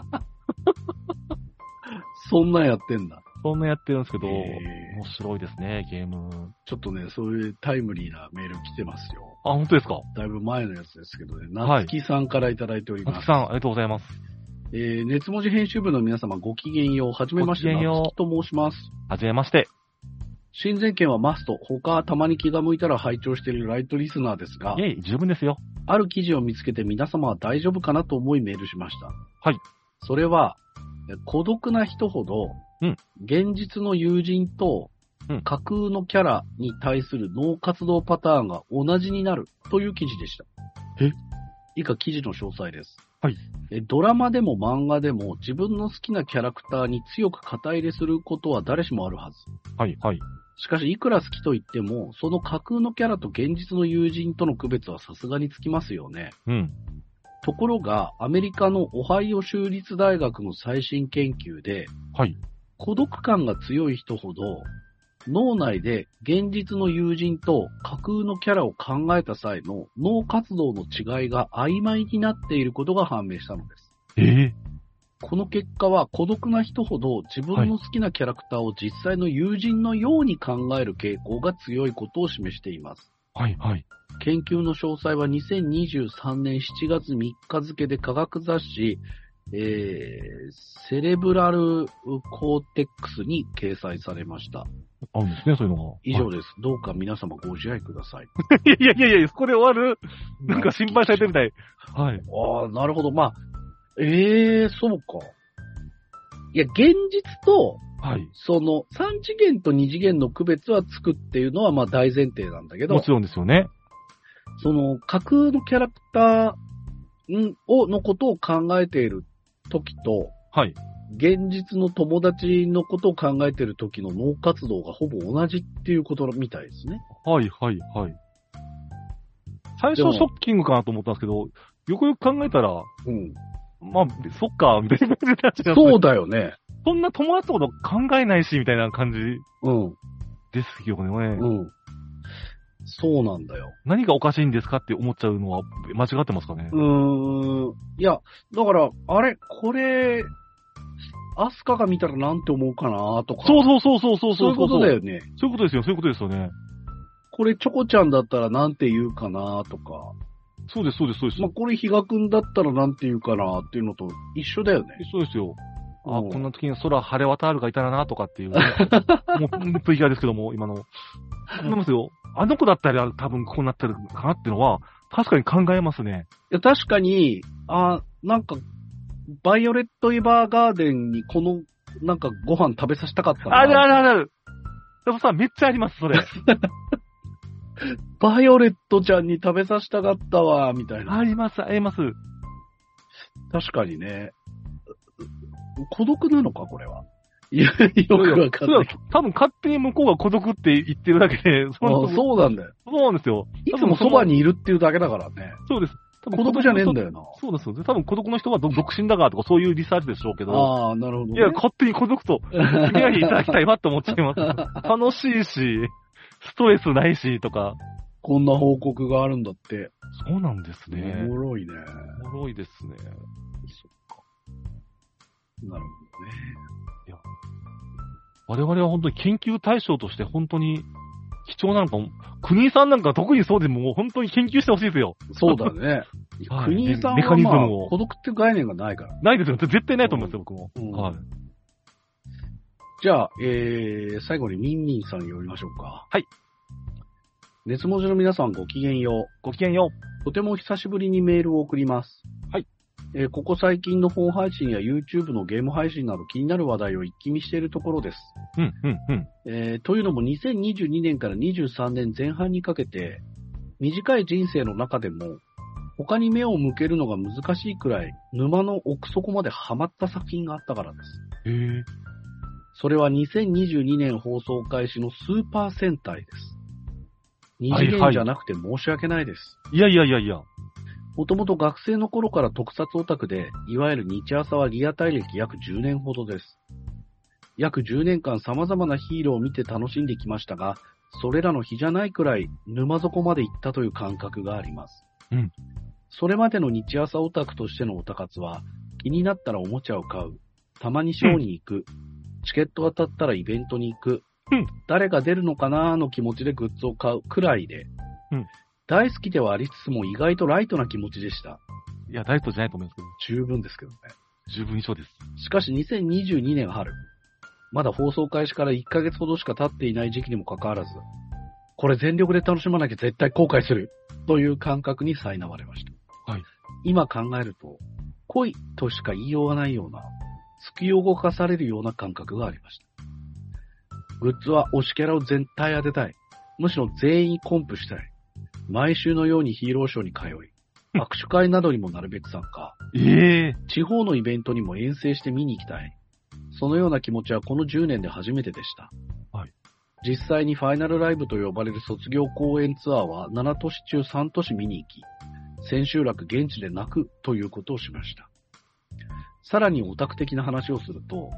そんなんやってんだ。 そんなやってるんですけど、 へー面白いですね、ゲーム。 ちょっとね、そういうタイムリーなメール来てますよ。 あ、本当ですか？ だいぶ前のやつですけどね、 はいなつきさんからいただいております。 松木さん、ありがとうございます。 えー、熱文字編集部の皆様ごきげんよう。はじめまして、 ごきげんようなつきと申します。 はじめまして。 新前県はマスト、他たまに気が向いたら拝聴しているライトリスナーですがい、えい、十分ですよ。 ある記事を見つけて皆様は大丈夫かなと思いメールしました。 はい。 それは、え孤独な人ほど、 うん現実の友人とうん架空のキャラに対する脳活動パターンが同じになるという記事でした。 え以下記事の詳細です。 はい。 えドラマでも漫画でも自分の好きなキャラクターに強く肩入れすることは誰しもあるはず。 はい、はい。 しかし、いくら好きと言っても、その架空のキャラと現実の友人との区別はさすがにつきますよね。 うん。 ところが、アメリカのオハイオ州立大学の最新研究で、 はい。 孤独感が強い人ほど、 脳内で現実の友人と架空のキャラを考えた際の脳活動の違いが曖昧になっていることが判明したのです。 えー、 この結果は孤独な人ほど自分の好きなキャラクターを実際の友人のように考える傾向が強いことを示しています。 はいはい。 研究の詳細はにせんにじゅうさんねんしちがつみっか付で科学雑誌、えー、セレブラルコーテックスに掲載されました。 あるんですね、そういうのが。 以上です。はい、どうか皆様ご自愛ください。 いやいやいやいや、ここで終わるなんか心配されてるみたい。はい。 ああ、なるほど。まあ、ええー、そうか。いや、現実と、 はい。 その、さん次元とに次元の区別はつくっていうのは、まあ大前提なんだけど。 もちろんですよね。 その、架空のキャラクターを、のことを考えている時と、 はい。 現実の友達のことを考えている時の脳活動がほぼ同じっていうことみたいですね。 はいはいはい。最初ショッキングかなと思ったんですけど、よくよく考えたら、 うん。 まあ、そっか、みたいな感じになっちゃう。 そうだよね。 そんな友達のこと考えないし、みたいな感じ。 うん。 ですよね。 うん。そうなんだよ。 何がおかしいんですかって思っちゃうのは間違ってますかね。 うーん。いや、だから、あれ、これ、アスカが見たらなんて思うかなとか。 そうそうそうそうそうそう。 そういうことだよね。 そういうことですよ、そういうことですよね。 これチョコちゃんだったらなんて言うかなとか。 そうです、そうです、そうです。 まあ、これ比嘉くんだったらなんて言うかなっていうのと一緒だよね。 そうですよ。あ、 うん、 こんな時に空晴れ渡るがいたらなとかっていう、ね。もう、プリキュアですけども、今の。思いますよ。あの子だったら多分こうなってるかなっていうのは、確かに考えますね。 いや、確かに、あ、なんか、バイオレット・エヴァーガーデンにこの、なんかご飯食べさせたかったな。 あるあるあるある。でもさ、めっちゃあります、それ。 バイオレットちゃんに食べさせたかったわ、みたいな。 あります、あります。 確かにね。孤独なのか、これは。いや、よくわかんない。 多分勝手に向こうが孤独って言ってるだけで、 そ, そうなんだよ。 そうなんですよ。 いつもそばにいるっていうだけだからね。 そうです。 多分孤独じゃねえんだよな。 そうですよ。多分孤独の人は独身だからとかそういうリサーチでしょうけど。 ああ、なるほど、ね。 いや、勝手に孤独と付き合いいただきたいなって思っちゃいます。楽しいし、ストレスないしとか。 こんな報告があるんだって。 そうなんですね。 おもろいね。 おもろいですね。 そっか。なるほどね。 いや、我々は本当に研究対象として本当に貴重なのかも。国井さんなんか特にそうでもう本当に研究してほしいですよ。 そうだね。 はい、 国井さんは、まあ、メカニズムを孤独って概念がないから。 ないですよ。絶対ないと思いますよ、僕も。 うん、 はい。 じゃあ、えー、最後にミンミンさん読みましょうか。 はい。 熱文字の皆さんごきげんよう。 ごきげんよう。 とても久しぶりにメールを送ります。 はい。 えー、ここ最近の本配信や YouTube のゲーム配信など気になる話題を一気見しているところです。 うん、うん、うん。 えー、というのもにせんにじゅうにねんからにじゅうさんねんぜん半にかけて、短い人生の中でも、他に目を向けるのが難しいくらい、沼の奥底までハマった作品があったからです。 へー。 それはにせんにじゅうにねん放送開始のスーパー戦隊です。二次元じゃなくて申し訳ないです。 はいはい、いやいやいやいや。 もともと学生の頃から特撮オタクで、いわゆる日朝はリアタイ歴約じゅうねんほどです。約じゅうねんかん様々なヒーローを見て楽しんできましたが、それらの比じゃないくらい沼底まで行ったという感覚があります。 うん。 それまでの日朝オタクとしてのオタ活は、気になったらおもちゃを買う、たまにショーに行く、うん、チケット当たったらイベントに行く、 うん、 誰が出るのかなーの気持ちでグッズを買うくらいで、 うん、 大好きではありつつも意外とライトな気持ちでした。 いや、ライトじゃないと思いますけど。 十分ですけどね。 十分以上です。 しかしにせんにじゅうにねん春、まだ放送開始からいっかげつほどしか経っていない時期にもかかわらず、これ全力で楽しまなきゃ絶対後悔するという感覚に苛まれました。 はい。 今考えると、恋としか言いようがないような、突き動かされるような感覚がありました。グッズは推しキャラを全体当てたい。むしろ全員コンプしたい。毎週のようにヒーローショーに通い、握手会などにもなるべく参加。 ええー。 地方のイベントにも遠征して見に行きたい。そのような気持ちはこのじゅうねんで初めてでした。 はい。 実際にファイナルライブと呼ばれる卒業公演ツアーはなな都市中さん都市見に行き、千秋楽現地で泣くということをしました。さらにオタク的な話をすると、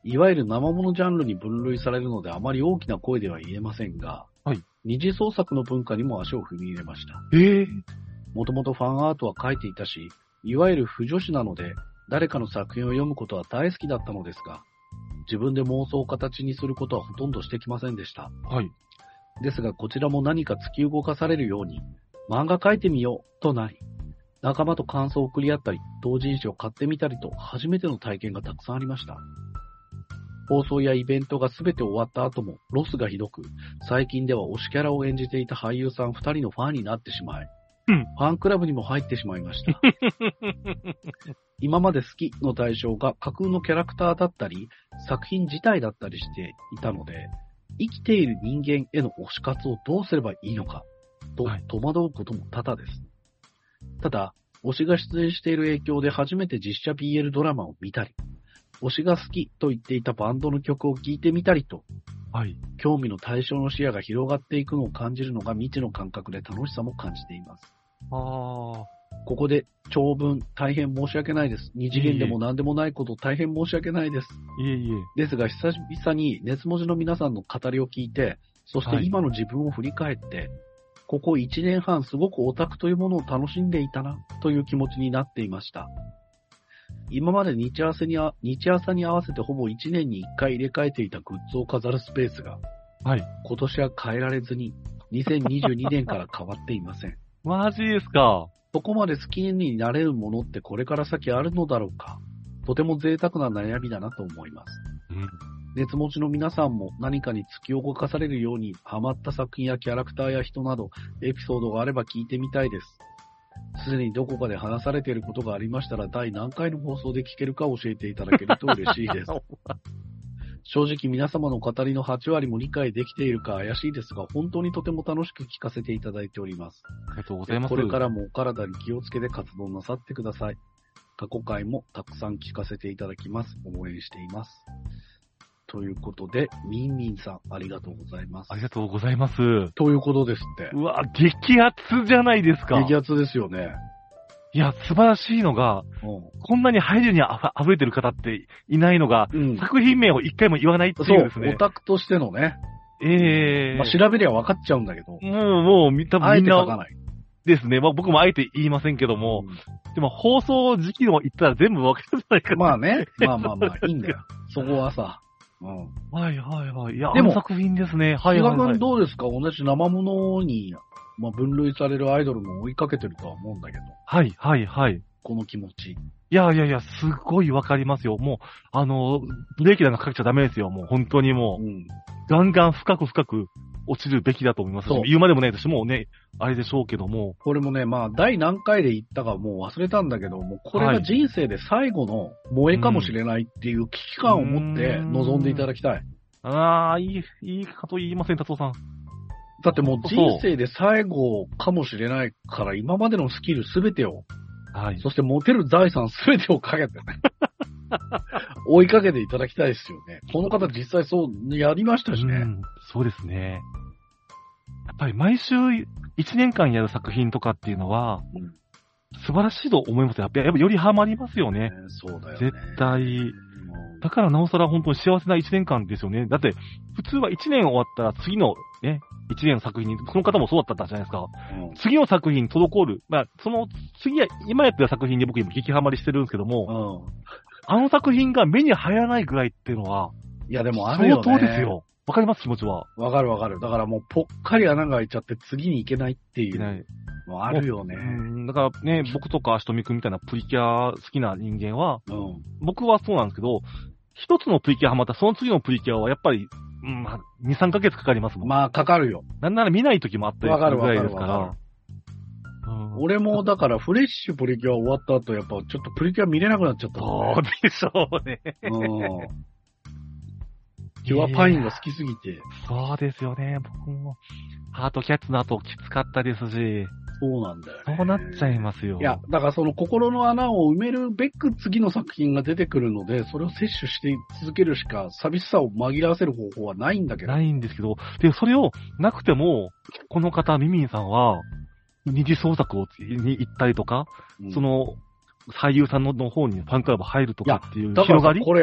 いわゆる生物ジャンルに分類されるのであまり大きな声では言えませんが、 はい。 二次創作の文化にも足を踏み入れました。 ええ。 もともとファンアートは描いていたし、いわゆる腐女子なので、誰かの作品を読むことは大好きだったのですが、自分で妄想を形にすることはほとんどしてきませんでした。 はい。 ですが、こちらも何か突き動かされるように、漫画描いてみようとなり、仲間と感想を送り合ったり、同人誌を買ってみたりと、初めての体験がたくさんありました。放送やイベントがすべて終わった後も、ロスがひどく、最近では推しキャラを演じていた俳優さんふたりのファンになってしまい、 うん、 ファンクラブにも入ってしまいました。今まで好きの対象が架空のキャラクターだったり、作品自体だったりしていたので、生きている人間への推し活をどうすればいいのか、と戸惑うことも多々です。ただ、推しが出演している影響で初めて実写 ビーエル ドラマを見たり、推しが好きと言っていたバンドの曲を聴いてみたりと、 はい、 興味の対象の視野が広がっていくのを感じるのが未知の感覚で楽しさも感じています。 あー。 ここで長文大変申し訳ないです。二次元でも何でもないこと大変申し訳ないです。 いえいえ。 ですが久々に熱文字の皆さんの語りを聞いて、そして今の自分を振り返って、はい、ここいちねんはんすごくオタクというものを楽しんでいたなという気持ちになっていました。今まで日朝にあ日朝に合わせてほぼいちねんにいっかい入れ替えていたグッズを飾るスペースが、 はい、 今年は変えられずににせんにじゅうにねんから変わっていません。 マジですか。 そこまで好きになれるものってこれから先あるのだろうか。とても贅沢な悩みだなと思います。 うん、 熱持ちの皆さんも何かに突き動かされるようにハマった作品やキャラクターや人などエピソードがあれば聞いてみたいです。すでにどこかで話されていることがありましたら第何回の放送で聞けるか教えていただけると嬉しいです。正直皆様の語りのはちわりも理解できているか怪しいですが、本当にとても楽しく聞かせていただいております。 ありがとうございます。 これからもお体に気をつけて活動なさってください。過去回もたくさん聞かせていただきます。応援しています。ということで、ミンミンさん、ありがとうございます。 ありがとうございます。 ということですって。 うわ、激アツじゃないですか。 激アツですよね。 いや、素晴らしいのが、うん、こんなに配慮にあふれてる方っていないのが、うん、作品名を一回も言わないっていうですね。 そう、オタクとしてのね。 ええー。 まあ、調べりゃ分かっちゃうんだけど。 もう、もう、多分みんな。あえて書かない。 ですね。まあ、僕もあえて言いませんけども、うん、でも放送時期を言ったら全部分かるんじゃないかな。 まあね。まあまあまあ、いいんだよ。そこはさ。 うん。はいはいはい。いや、 でも、 あの作品ですね。はいはい、はい。 比嘉君どうですか？同じ生物に、まあ、分類されるアイドルも追いかけてるとは思うんだけど。 はいはいはい。 この気持ち。 いやいやいや、すごいわかりますよ。もう、あの、ブレーキなんかかけちゃダメですよ。もう本当にもう、うん、ガンガン深く深く落ちるべきだと思いますし、言うまでもないとしてもうね、あれでしょうけども。 これもね、まあ、第何回で言ったかもう忘れたんだけども、これが人生で最後の萌えかもしれないっていう危機感を持って臨んでいただきたい。 うん、ああ、いい、いいかと言いません、達夫さん。 だってもう人生で最後かもしれないから今までのスキルすべてを、はい。そして持てる財産すべてをかけてね。追いかけていただきたいですよね。この方実際そうやりましたしね。うん、 そうですね。やっぱり毎週いちねんかんやる作品とかっていうのは、うん、素晴らしいと思いますよ。やっぱりよりハマりますよね。ね、 そうだよね。 絶対。だからなおさら本当に幸せないちねんかんですよね。だって普通はいちねん終わったら次のね、いちねんの作品に、この方もそうだったじゃないですか。うん、次の作品に滞る。まあ、その次は、今やってる作品に僕今激ハマりしてるんですけども、うん、あの作品が目に入らないぐらいっていうのは、 いやでもあるよね。 相当ですよ。わかります気持ちは。 わかるわかる。だからもうぽっかり穴が開いちゃって次に行けないっていう。もうあるよね。 うん、だからね、僕とかアシトミ君みたいなプリキュア好きな人間は、うん、僕はそうなんですけど、一つのプリキュアハマったらその次のプリキュアはやっぱり、うん、まあ、に、さんかげつかかりますもん。 まあ、かかるよ。 なんなら見ない時もあったりするぐらいですから。 かるうん、俺もだからフレッシュプリキュア終わった後やっぱちょっとプリキュア見れなくなっちゃったもんね。そうでしょうね。 うん。キュアパインが好きすぎて。 そうですよね。僕も、ハートキャッツの後きつかったですし。 そうなんだよね。 そうなっちゃいますよ。 いや、だからその心の穴を埋めるべく次の作品が出てくるので、それを摂取して続けるしか寂しさを紛らわせる方法はないんだけど。 ないんですけど、で、それをなくても、この方、ミミンさんは、二次創作をに行ったりとか、うん、その、俳優さんの方にファンクラブ入るとかっていう広がり。 これ、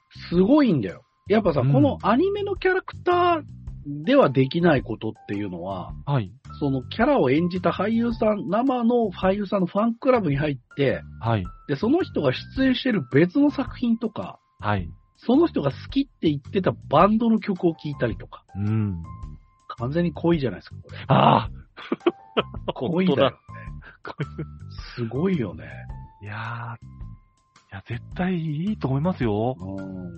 すごいんだよ。やっぱさ、 うんこのアニメのキャラクターではできないことっていうのは、 はい。 そのキャラを演じた俳優さん、生の俳優さんのファンクラブに入って、 はい。 で、その人が出演してる別の作品とか、 はい。 その人が好きって言ってたバンドの曲を聴いたりとか、 うん。 完全に恋じゃないですか、これ。 ああ恋だよね。 恋すごいよね。 いやー、いや、絶対いいと思いますよ。 うん。 うん、うん、うん。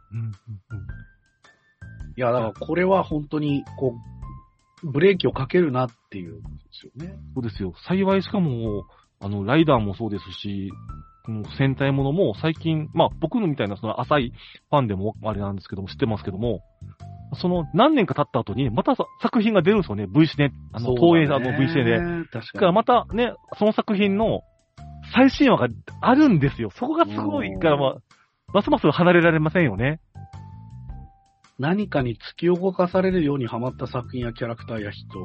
いや、だからこれは本当に、こう、ブレーキをかけるなっていうんですよね。 そうですよ。幸いしかも、あの、ライダーもそうですし、この戦隊ものも最近、まあ僕のみたいなその浅いファンでもあれなんですけども、知ってますけども、その何年か経った後に、また作品が出るんですよね、ブイシネ。あの、東映あの ブイシネで。 確だかからに。 またね、その作品の最新話があるんですよ。そこがすごいから、まあ、ますます離れられませんよね。 何かに突き動かされるようにハマった作品やキャラクターや人。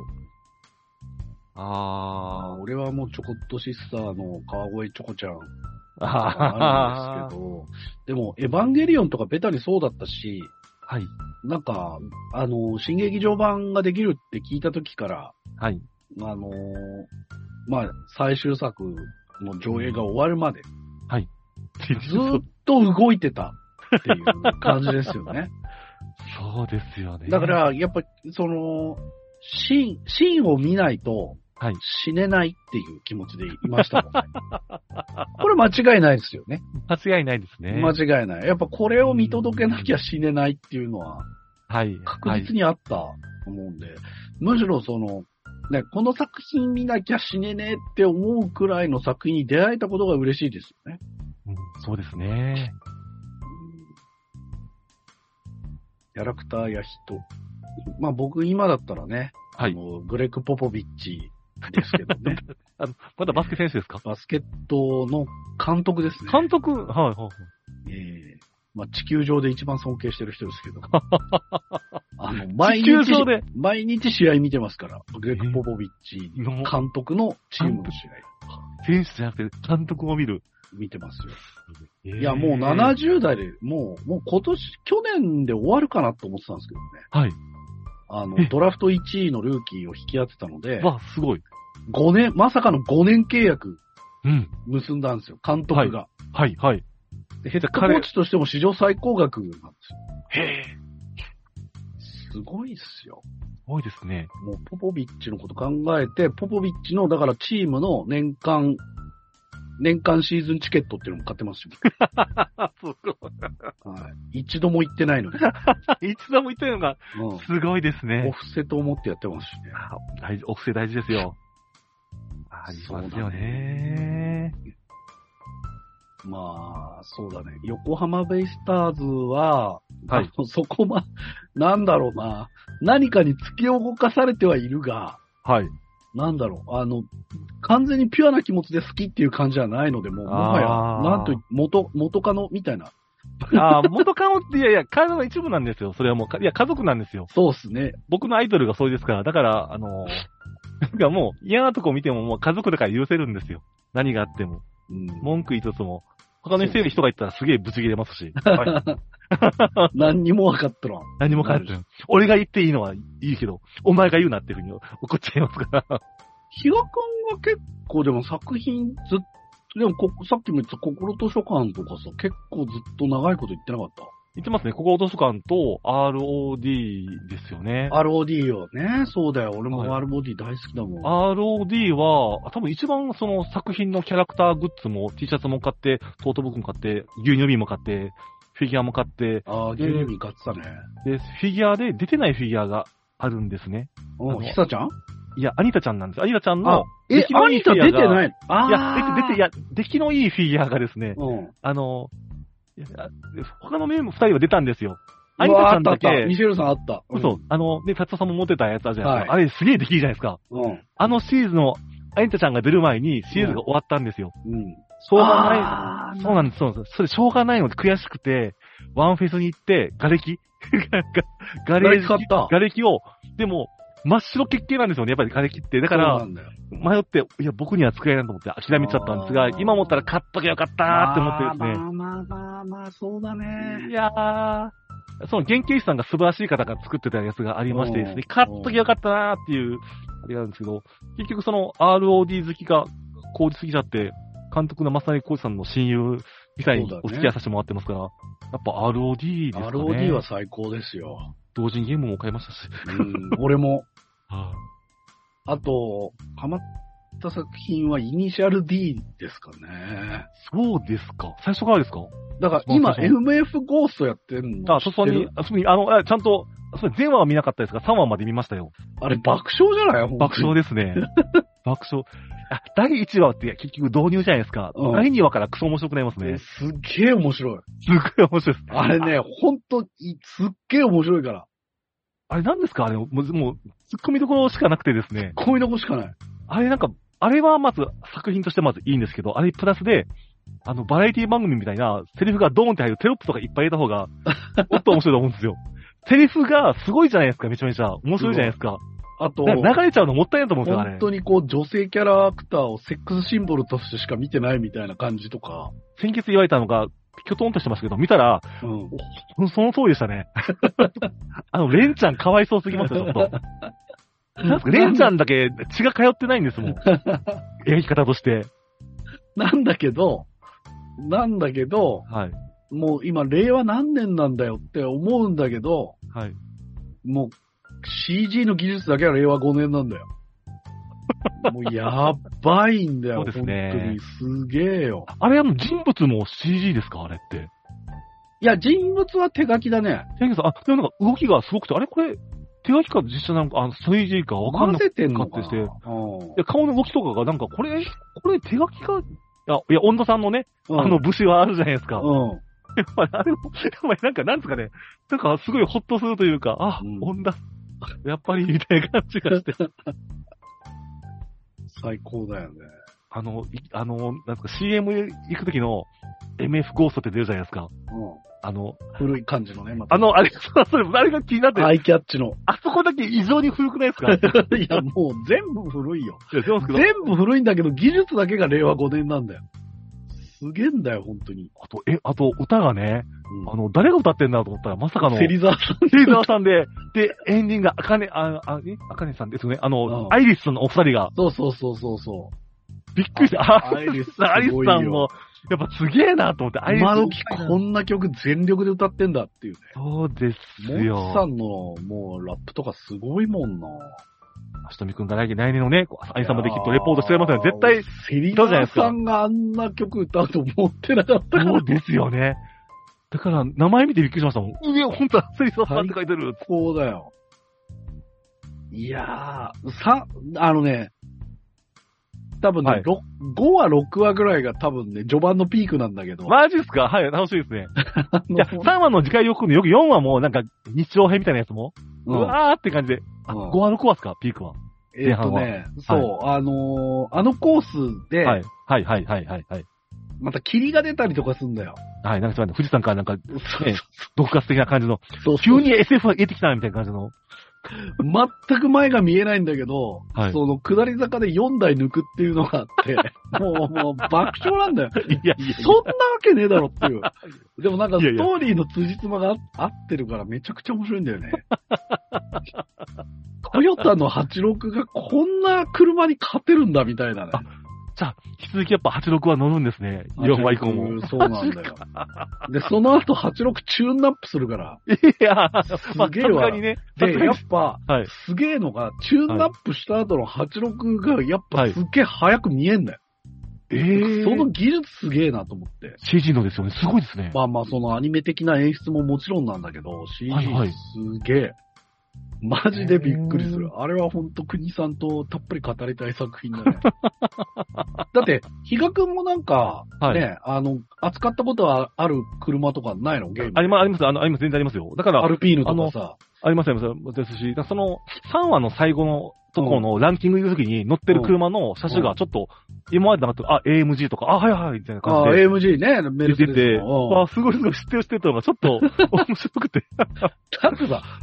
あ俺はもうチョコットシスターの川越チョコちゃんー。 あるんですけど、でも、エヴァンゲリオンとかベタにそうだったし、 はい。 なんか、あの、新劇場版ができるって聞いた時から、 はい。 あの、まあ、最終作の上映が終わるまで、 はい。 ずーっと動いてたっていう感じですよね。 そうですよね。 だか、ら、やっぱ、その、シーン、シーンを見ないと、 はい。 死ねないっていう気持ちでいましたもんね。これ間違いないですよね。 間違いないですね。 間違いない。やっぱこれを見届けなきゃ死ねないっていうのははい。 確実にあったと思うんで、むしろその、ね、この作品見なきゃ死ねねえって思うくらいの作品に出会えたことが嬉しいですよね。 うん、そうですね。 キャラクターや人。まあ僕今だったらね、 はいあのグレッグ・ポポビッチですけどね。 あの、まだバスケ選手ですか？ バスケットの監督ですね。 監督、はい、はい、はい。 ええまあ、地球上で一番尊敬してる人ですけど。あの、毎地球日上で、 毎日試合見てますから。グレッグ・ポポビッチえー監督のチームの試選手じゃなくて監督を見る。 合見てますよ。 いいや、もうななじゅう代で、もう、もう今年、去年で終わるかなと思ってたんですけどね。 はい。 あのえ、 ドラフトいちいのルーキーを引き当てたので、 わ、すごい。 ごねん、まさかのごねん契約うん。 結んだんですよ、監督が。 はい、はい。 でヘッドコーチとしても史上最高額なんですよ。 へえ。 すごいっすよ。 すごいですね。 もうポポビッチのこと考えて、ポポビッチの、だからチームの年間、年間シーズンチケットっていうのも買ってますよ。 すごはい。一度も行ってないのに。 い。一度も言ってるのが、 うん。 すごいですオね。 フセと思ってやってますしね。 あ大事、お布施大事ですよ。ありますよね。 まあ、そうだね。横浜ベイスターズは、 はいあのそこま、なんだろうな。何かに突き動かされてはいるが、 はい。 なんだろう。あの、完全にピュアな気持ちで好きっていう感じじゃないので、もう、もはや、 あーなんと、元、元カノみたいな。 ああ、元カノって、いやいや、体の一部なんですよ。それはもうか、いや、家族なんですよ。 そうっすね。 僕のアイドルがそれですから、だから、あのー、なんかもう嫌なとこ見てももう家族だから許せるんですよ。何があっても。 うん、 文句言いつつも、他の人がいたらすげえブチ切れますし。はい何にも分かったら。 何も返ってない。俺が言っていいのはいいけど、お前が言うなっていうふうに怒っちゃいますから。 比嘉くんは結構でも作品ずっと、でもこさっきも言った心図書館とかさ、結構ずっと長いこと言ってなかった言ってますね。ここ図書館と アールオーディー ですよね。 アールオーディー よね。そうだよ。俺もはいアールオーディー 大好きだもん。 アールオーディー は、多分一番その作品のキャラクターグッズも T シャツも買って、トートブックも買って、牛乳瓶も買って、フィギュアも買って、 ああ、牛乳瓶買ってたね。 で、フィギュアで出てないフィギュアがあるんですね。 うん、ひさちゃんいや、アニタちゃんなんです。アニタちゃんあの、、 え、 出来のアニタいいフィギュアが出てないあいや、出て、出て、いや、出来のいいフィギュアがですね、 うん。 あの、いや他のメンバー二人は出たんですよ。アアニタちゃんだけ、 ミシェルさんあった。 嘘、あの、ね、達夫さんも持ってたやつあるじゃないですか。 はあれすげえ出来いいじゃないですか。 うん。 あのシーズンの、アニタちゃんが出る前にシーズンが終わったんですよ。 うん。 しょうがない。 あーそうなんです、そうなんです。それしょうがないので悔しくて、ワンフェスに行って、瓦礫ガレージ瓦礫買った瓦礫を、でも、 真っ白血系なんですよね、やっぱり枯れ切って。だから、迷って、いや、僕には使えないと思って諦めちゃったんですが、今思ったら買っときゃよかったーって思ってですね。 まあまあまあまあ、そうだね。 いやー、その原型師さんが素晴らしい方が作ってたやつがありましてですね、買っときゃよかったなーっていう、あれがあるんですけど、結局その アールオーディー 好きが凍りすぎちゃって、監督の正成浩二さんの親友みたいにお付き合いさせてもらってますから、ね、やっぱ アールオーディー ですかね。 アールオーディー は最高ですよ。 同人ゲームも買いましたし。 うん、俺も。 はあ、あと、ハマった作品はイニシャル D ですかね。 そうですか。最初からですか？ だから今 エムエフ ゴーストやってんの。 あ、そこに、あそこに、あの、ちゃんと、それ全話は見なかったですが、さんわまで見ましたよ。 あれ爆笑じゃない？ 爆笑ですね。爆笑。あ、だいいちわって結局導入じゃないですか。うん、だいにわからクソ面白くなりますね。 すっげえ面白い。 すっごい面白いです。 あれね、ほんと、すっげえ面白いから。 あれ何ですかあれ、もう、もう、突っ込みどころしかなくてですね。 突っ込みどころしかない。 あれなんか、あれはまず作品としてまずいいんですけど、あれプラスで、あの、バラエティ番組みたいな、セリフがドーンって入るテロップとかいっぱい入れた方が、もっと面白いと思うんですよ。セリフがすごいじゃないですか、めちゃめちゃ。面白いじゃないですか。 あと、 流れちゃうのもったいないと思うんですよ、あれ。 本当にこう、女性キャラクターをセックスシンボルとしてしか見てないみたいな感じとか。 先月言われたのが、きょとんとしてますけど、見たら、うん、その通りでしたね。あの、レンちゃんかわいそうすぎますよ、ちょっと。なんすか、レンちゃんだけ血が通ってないんですもん。描き方として。 なんだけど、なんだけど、 はい。 もう今、令和何年なんだよって思うんだけど、 はい。 もう、シージー の技術だけは令和ごねんなんだよ。もうやばいんだよ。 そうですね。 本当にすげえよ。 あれ、あの人物も シージー ですかあれって。 いや、人物は手書きだね。 手書きさん、あ、でもなんか動きがすごくて、あれこれ、手書きか実写なんか、あの、シージー かわかんなくて。 混ぜてんのかな。 して。いや、顔の動きとかがなんか、これ、これ手書きか、いや、いや、温度さんのね、うん、あの武士はあるじゃないですか。 うん。 やっぱりあれも、やっぱりなんか、なんつうかね、なんかすごいホッとするというか、あ、うん、温度、やっぱり、みたいな感じがして。 最高だよね。 あの、あの、なんすか、シーエム 行くときの エムエフ ゴーストって出るじゃないですか。 うん。 あの、 古い感じのね、また。 あの、あれ、それ、あれが気になって。 アイキャッチの。 あそこだけ異常に古くないですか？ いや、もう全部古いよ。 いや、全部古いんだけど、技術だけが令和ごねんなんだよ。すげえんだよ、本当に。 あと、え、あと、歌がね、うん、あの、誰が歌ってんだと思ったら、まさかの。 芹沢さん。 芹沢さんで、で、エンディングが、あかね、あ、あ、え、あかねさんですよね。あの、うん、アイリスのお二人が。 そうそうそうそうそう。 びっくりした。アイリスさん。アイリスさんも、やっぱすげえなと思って、アイリス。 今時こんな曲全力で歌ってんだっていうね。 そうですよ。 モッさんの、もう、ラップとかすごいもんな。 あしとみくんが来年のね、アイサムできっとレポートしてますよね。絶対、 芹沢さんがあんな曲歌うと思ってなかったから。 そうですよね。だから、名前見てびっくりしましたもん。うわ、ほんとだ、芹沢さんって書いてる。 そうだよ。いやー、さ、あのね、多分ね、はい、ごわ、ろくわぐらいが多分ね、序盤のピークなんだけど。 マジっすか？はい、楽しいですね。いや、さんわの次回予告のよくよんわもなんか日常編みたいなやつも、うん、うわーって感じで、あ、うん、ごわ、ろくわっすか？ピークは。 えっとね、そう、はい、あのー、あのコースで、 はい、はい、はい、はい、はい。 また霧が出たりとかすんだよ。 はい、なんか富士山からなんか、ね、毒ガス的な感じの、そうそう急に エスエフ が出てきたみたいな感じの。 全く前が見えないんだけど、はい、その下り坂でよんだい抜くっていうのがあって、もう、もう爆笑なんだよ。いやいや、そんなわけねえだろっていう。でもなんかストーリーの辻褄が合ってるからめちゃくちゃ面白いんだよね。トヨタのはちじゅうろくがこんな車に勝てるんだみたいなね。 じゃあ、引き続きやっぱはちじゅうろくは乗るんですね。よんわ以降も。 そうなんだよ。で、その後はちじゅうろくチューンナップするから。 いやー、 すげえわ。ね、で、やっぱ、はい、すげえのが、チューンナップした後のはちじゅうろくがやっぱすっげえ早く見えんだよ。 ええー。 その技術すげえなと思って。 シージー のですよね。すごいですね。 まあまあ、そのアニメ的な演出ももちろんなんだけど、シージー すげえ。はいはい、マジでびっくりする。あれはほんと国さんとたっぷり語りたい作品だね。だって、比嘉くんもなんか、はい、ね、あの、扱ったことはある車とかないのゲーム。 あります、あります、あの、あります、全然ありますよ。だから、 アルピーヌとかさ。 あります、あります。ですし、その、さんわの最後のところのランキング行くときに乗ってる車の車種がちょっと、今までなかった、あ、エーエムジー とか、あ、はいはい、みたいな感じで。 あ、エーエムジー ね、 メルセデス。出てて、あ、すごいすごい知ってる知ってるのがちょっと面白くて。 だってさ、ポル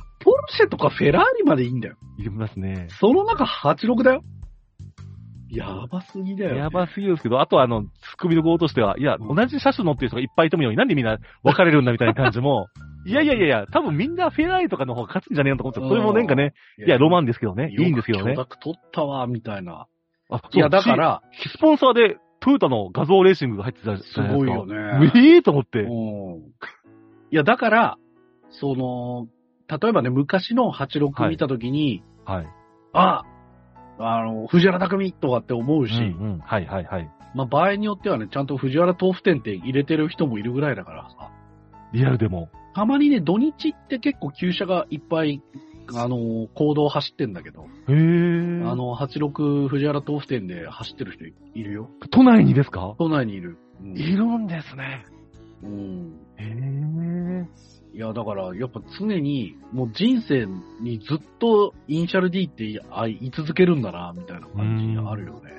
シェとかフェラーリまでいいんだよ。 いますね。 その中はちじゅうろくだよ。やばすぎだよ、ね。 やばすぎるんですけど、あとはあの、ツッコミの語としては、いや、同じ車種乗ってる人がいっぱいいてもいいのに、なんでみんな分かれるんだみたいな感じも、いやいやいやいや、多分みんなフェラーリとかの方が勝つんじゃねえのと思って、それもなんかね、いや、ロマンですけどね、いいんですけどね。 許諾取ったわ、みたいな。 あ、 いや、だから、 スポンサーでトヨタの画像レーシングが入ってたじゃないですか。 すごいよね。 ええーと思って。 うん。いや、だから、その、例えばね、昔のはちじゅうろく見たときに、 はい。はい、 あ、あの、藤原匠とかって思うし、 うんうん、はいはいはい。 まあ、場合によってはね、ちゃんと藤原豆腐店って入れてる人もいるぐらいだからさ。 リアルでも。 たまにね、土日って結構旧車がいっぱい、あの、公道走ってんだけど。 へー。 あの、はちじゅうろく藤原豆腐店で走ってる人いるよ。 都内にですか？ 都内にいる。 うん、いるんですね。 うん。 へー。 いや、だから、やっぱ常に、もう人生にずっとイニシャル D って言い続けるんだな、みたいな感じがあるよね。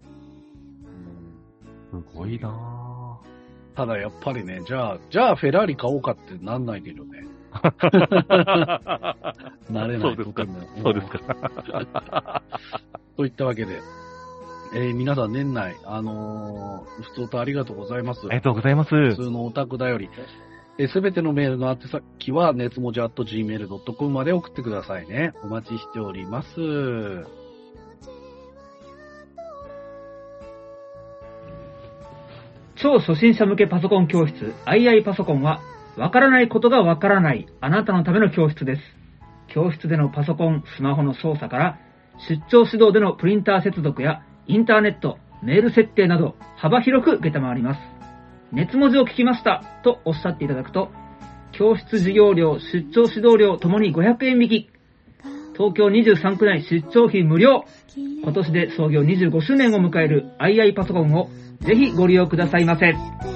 うん、すごいなぁ。 ただやっぱりね、じゃあ、じゃあフェラーリ買おうかってなんないけどね。なれない。 そうですか。そうですか。 といったわけで、えー、皆さん年内、あのー、普通歌ありがとうございます。 ありがとうございます。 普通のオタクだより。すべてのメールの宛先は、熱文字 アットジーメールドットコム まで送ってくださいね。お待ちしております。 超初心者向けパソコン教室 アイアイ パソコンは、わからないことがわからないあなたのための教室です。教室でのパソコン、スマホの操作から、出張指導でのプリンター接続やインターネット、メール設定など幅広く受けたまわります。熱文字を聞きましたとおっしゃっていただくと、教室授業料、出張指導料ともにごひゃくえん引き。東京にじゅうさん区内出張費無料。今年で創業にじゅうごしゅうねんを迎える アイアイ パソコンをぜひご利用くださいませ。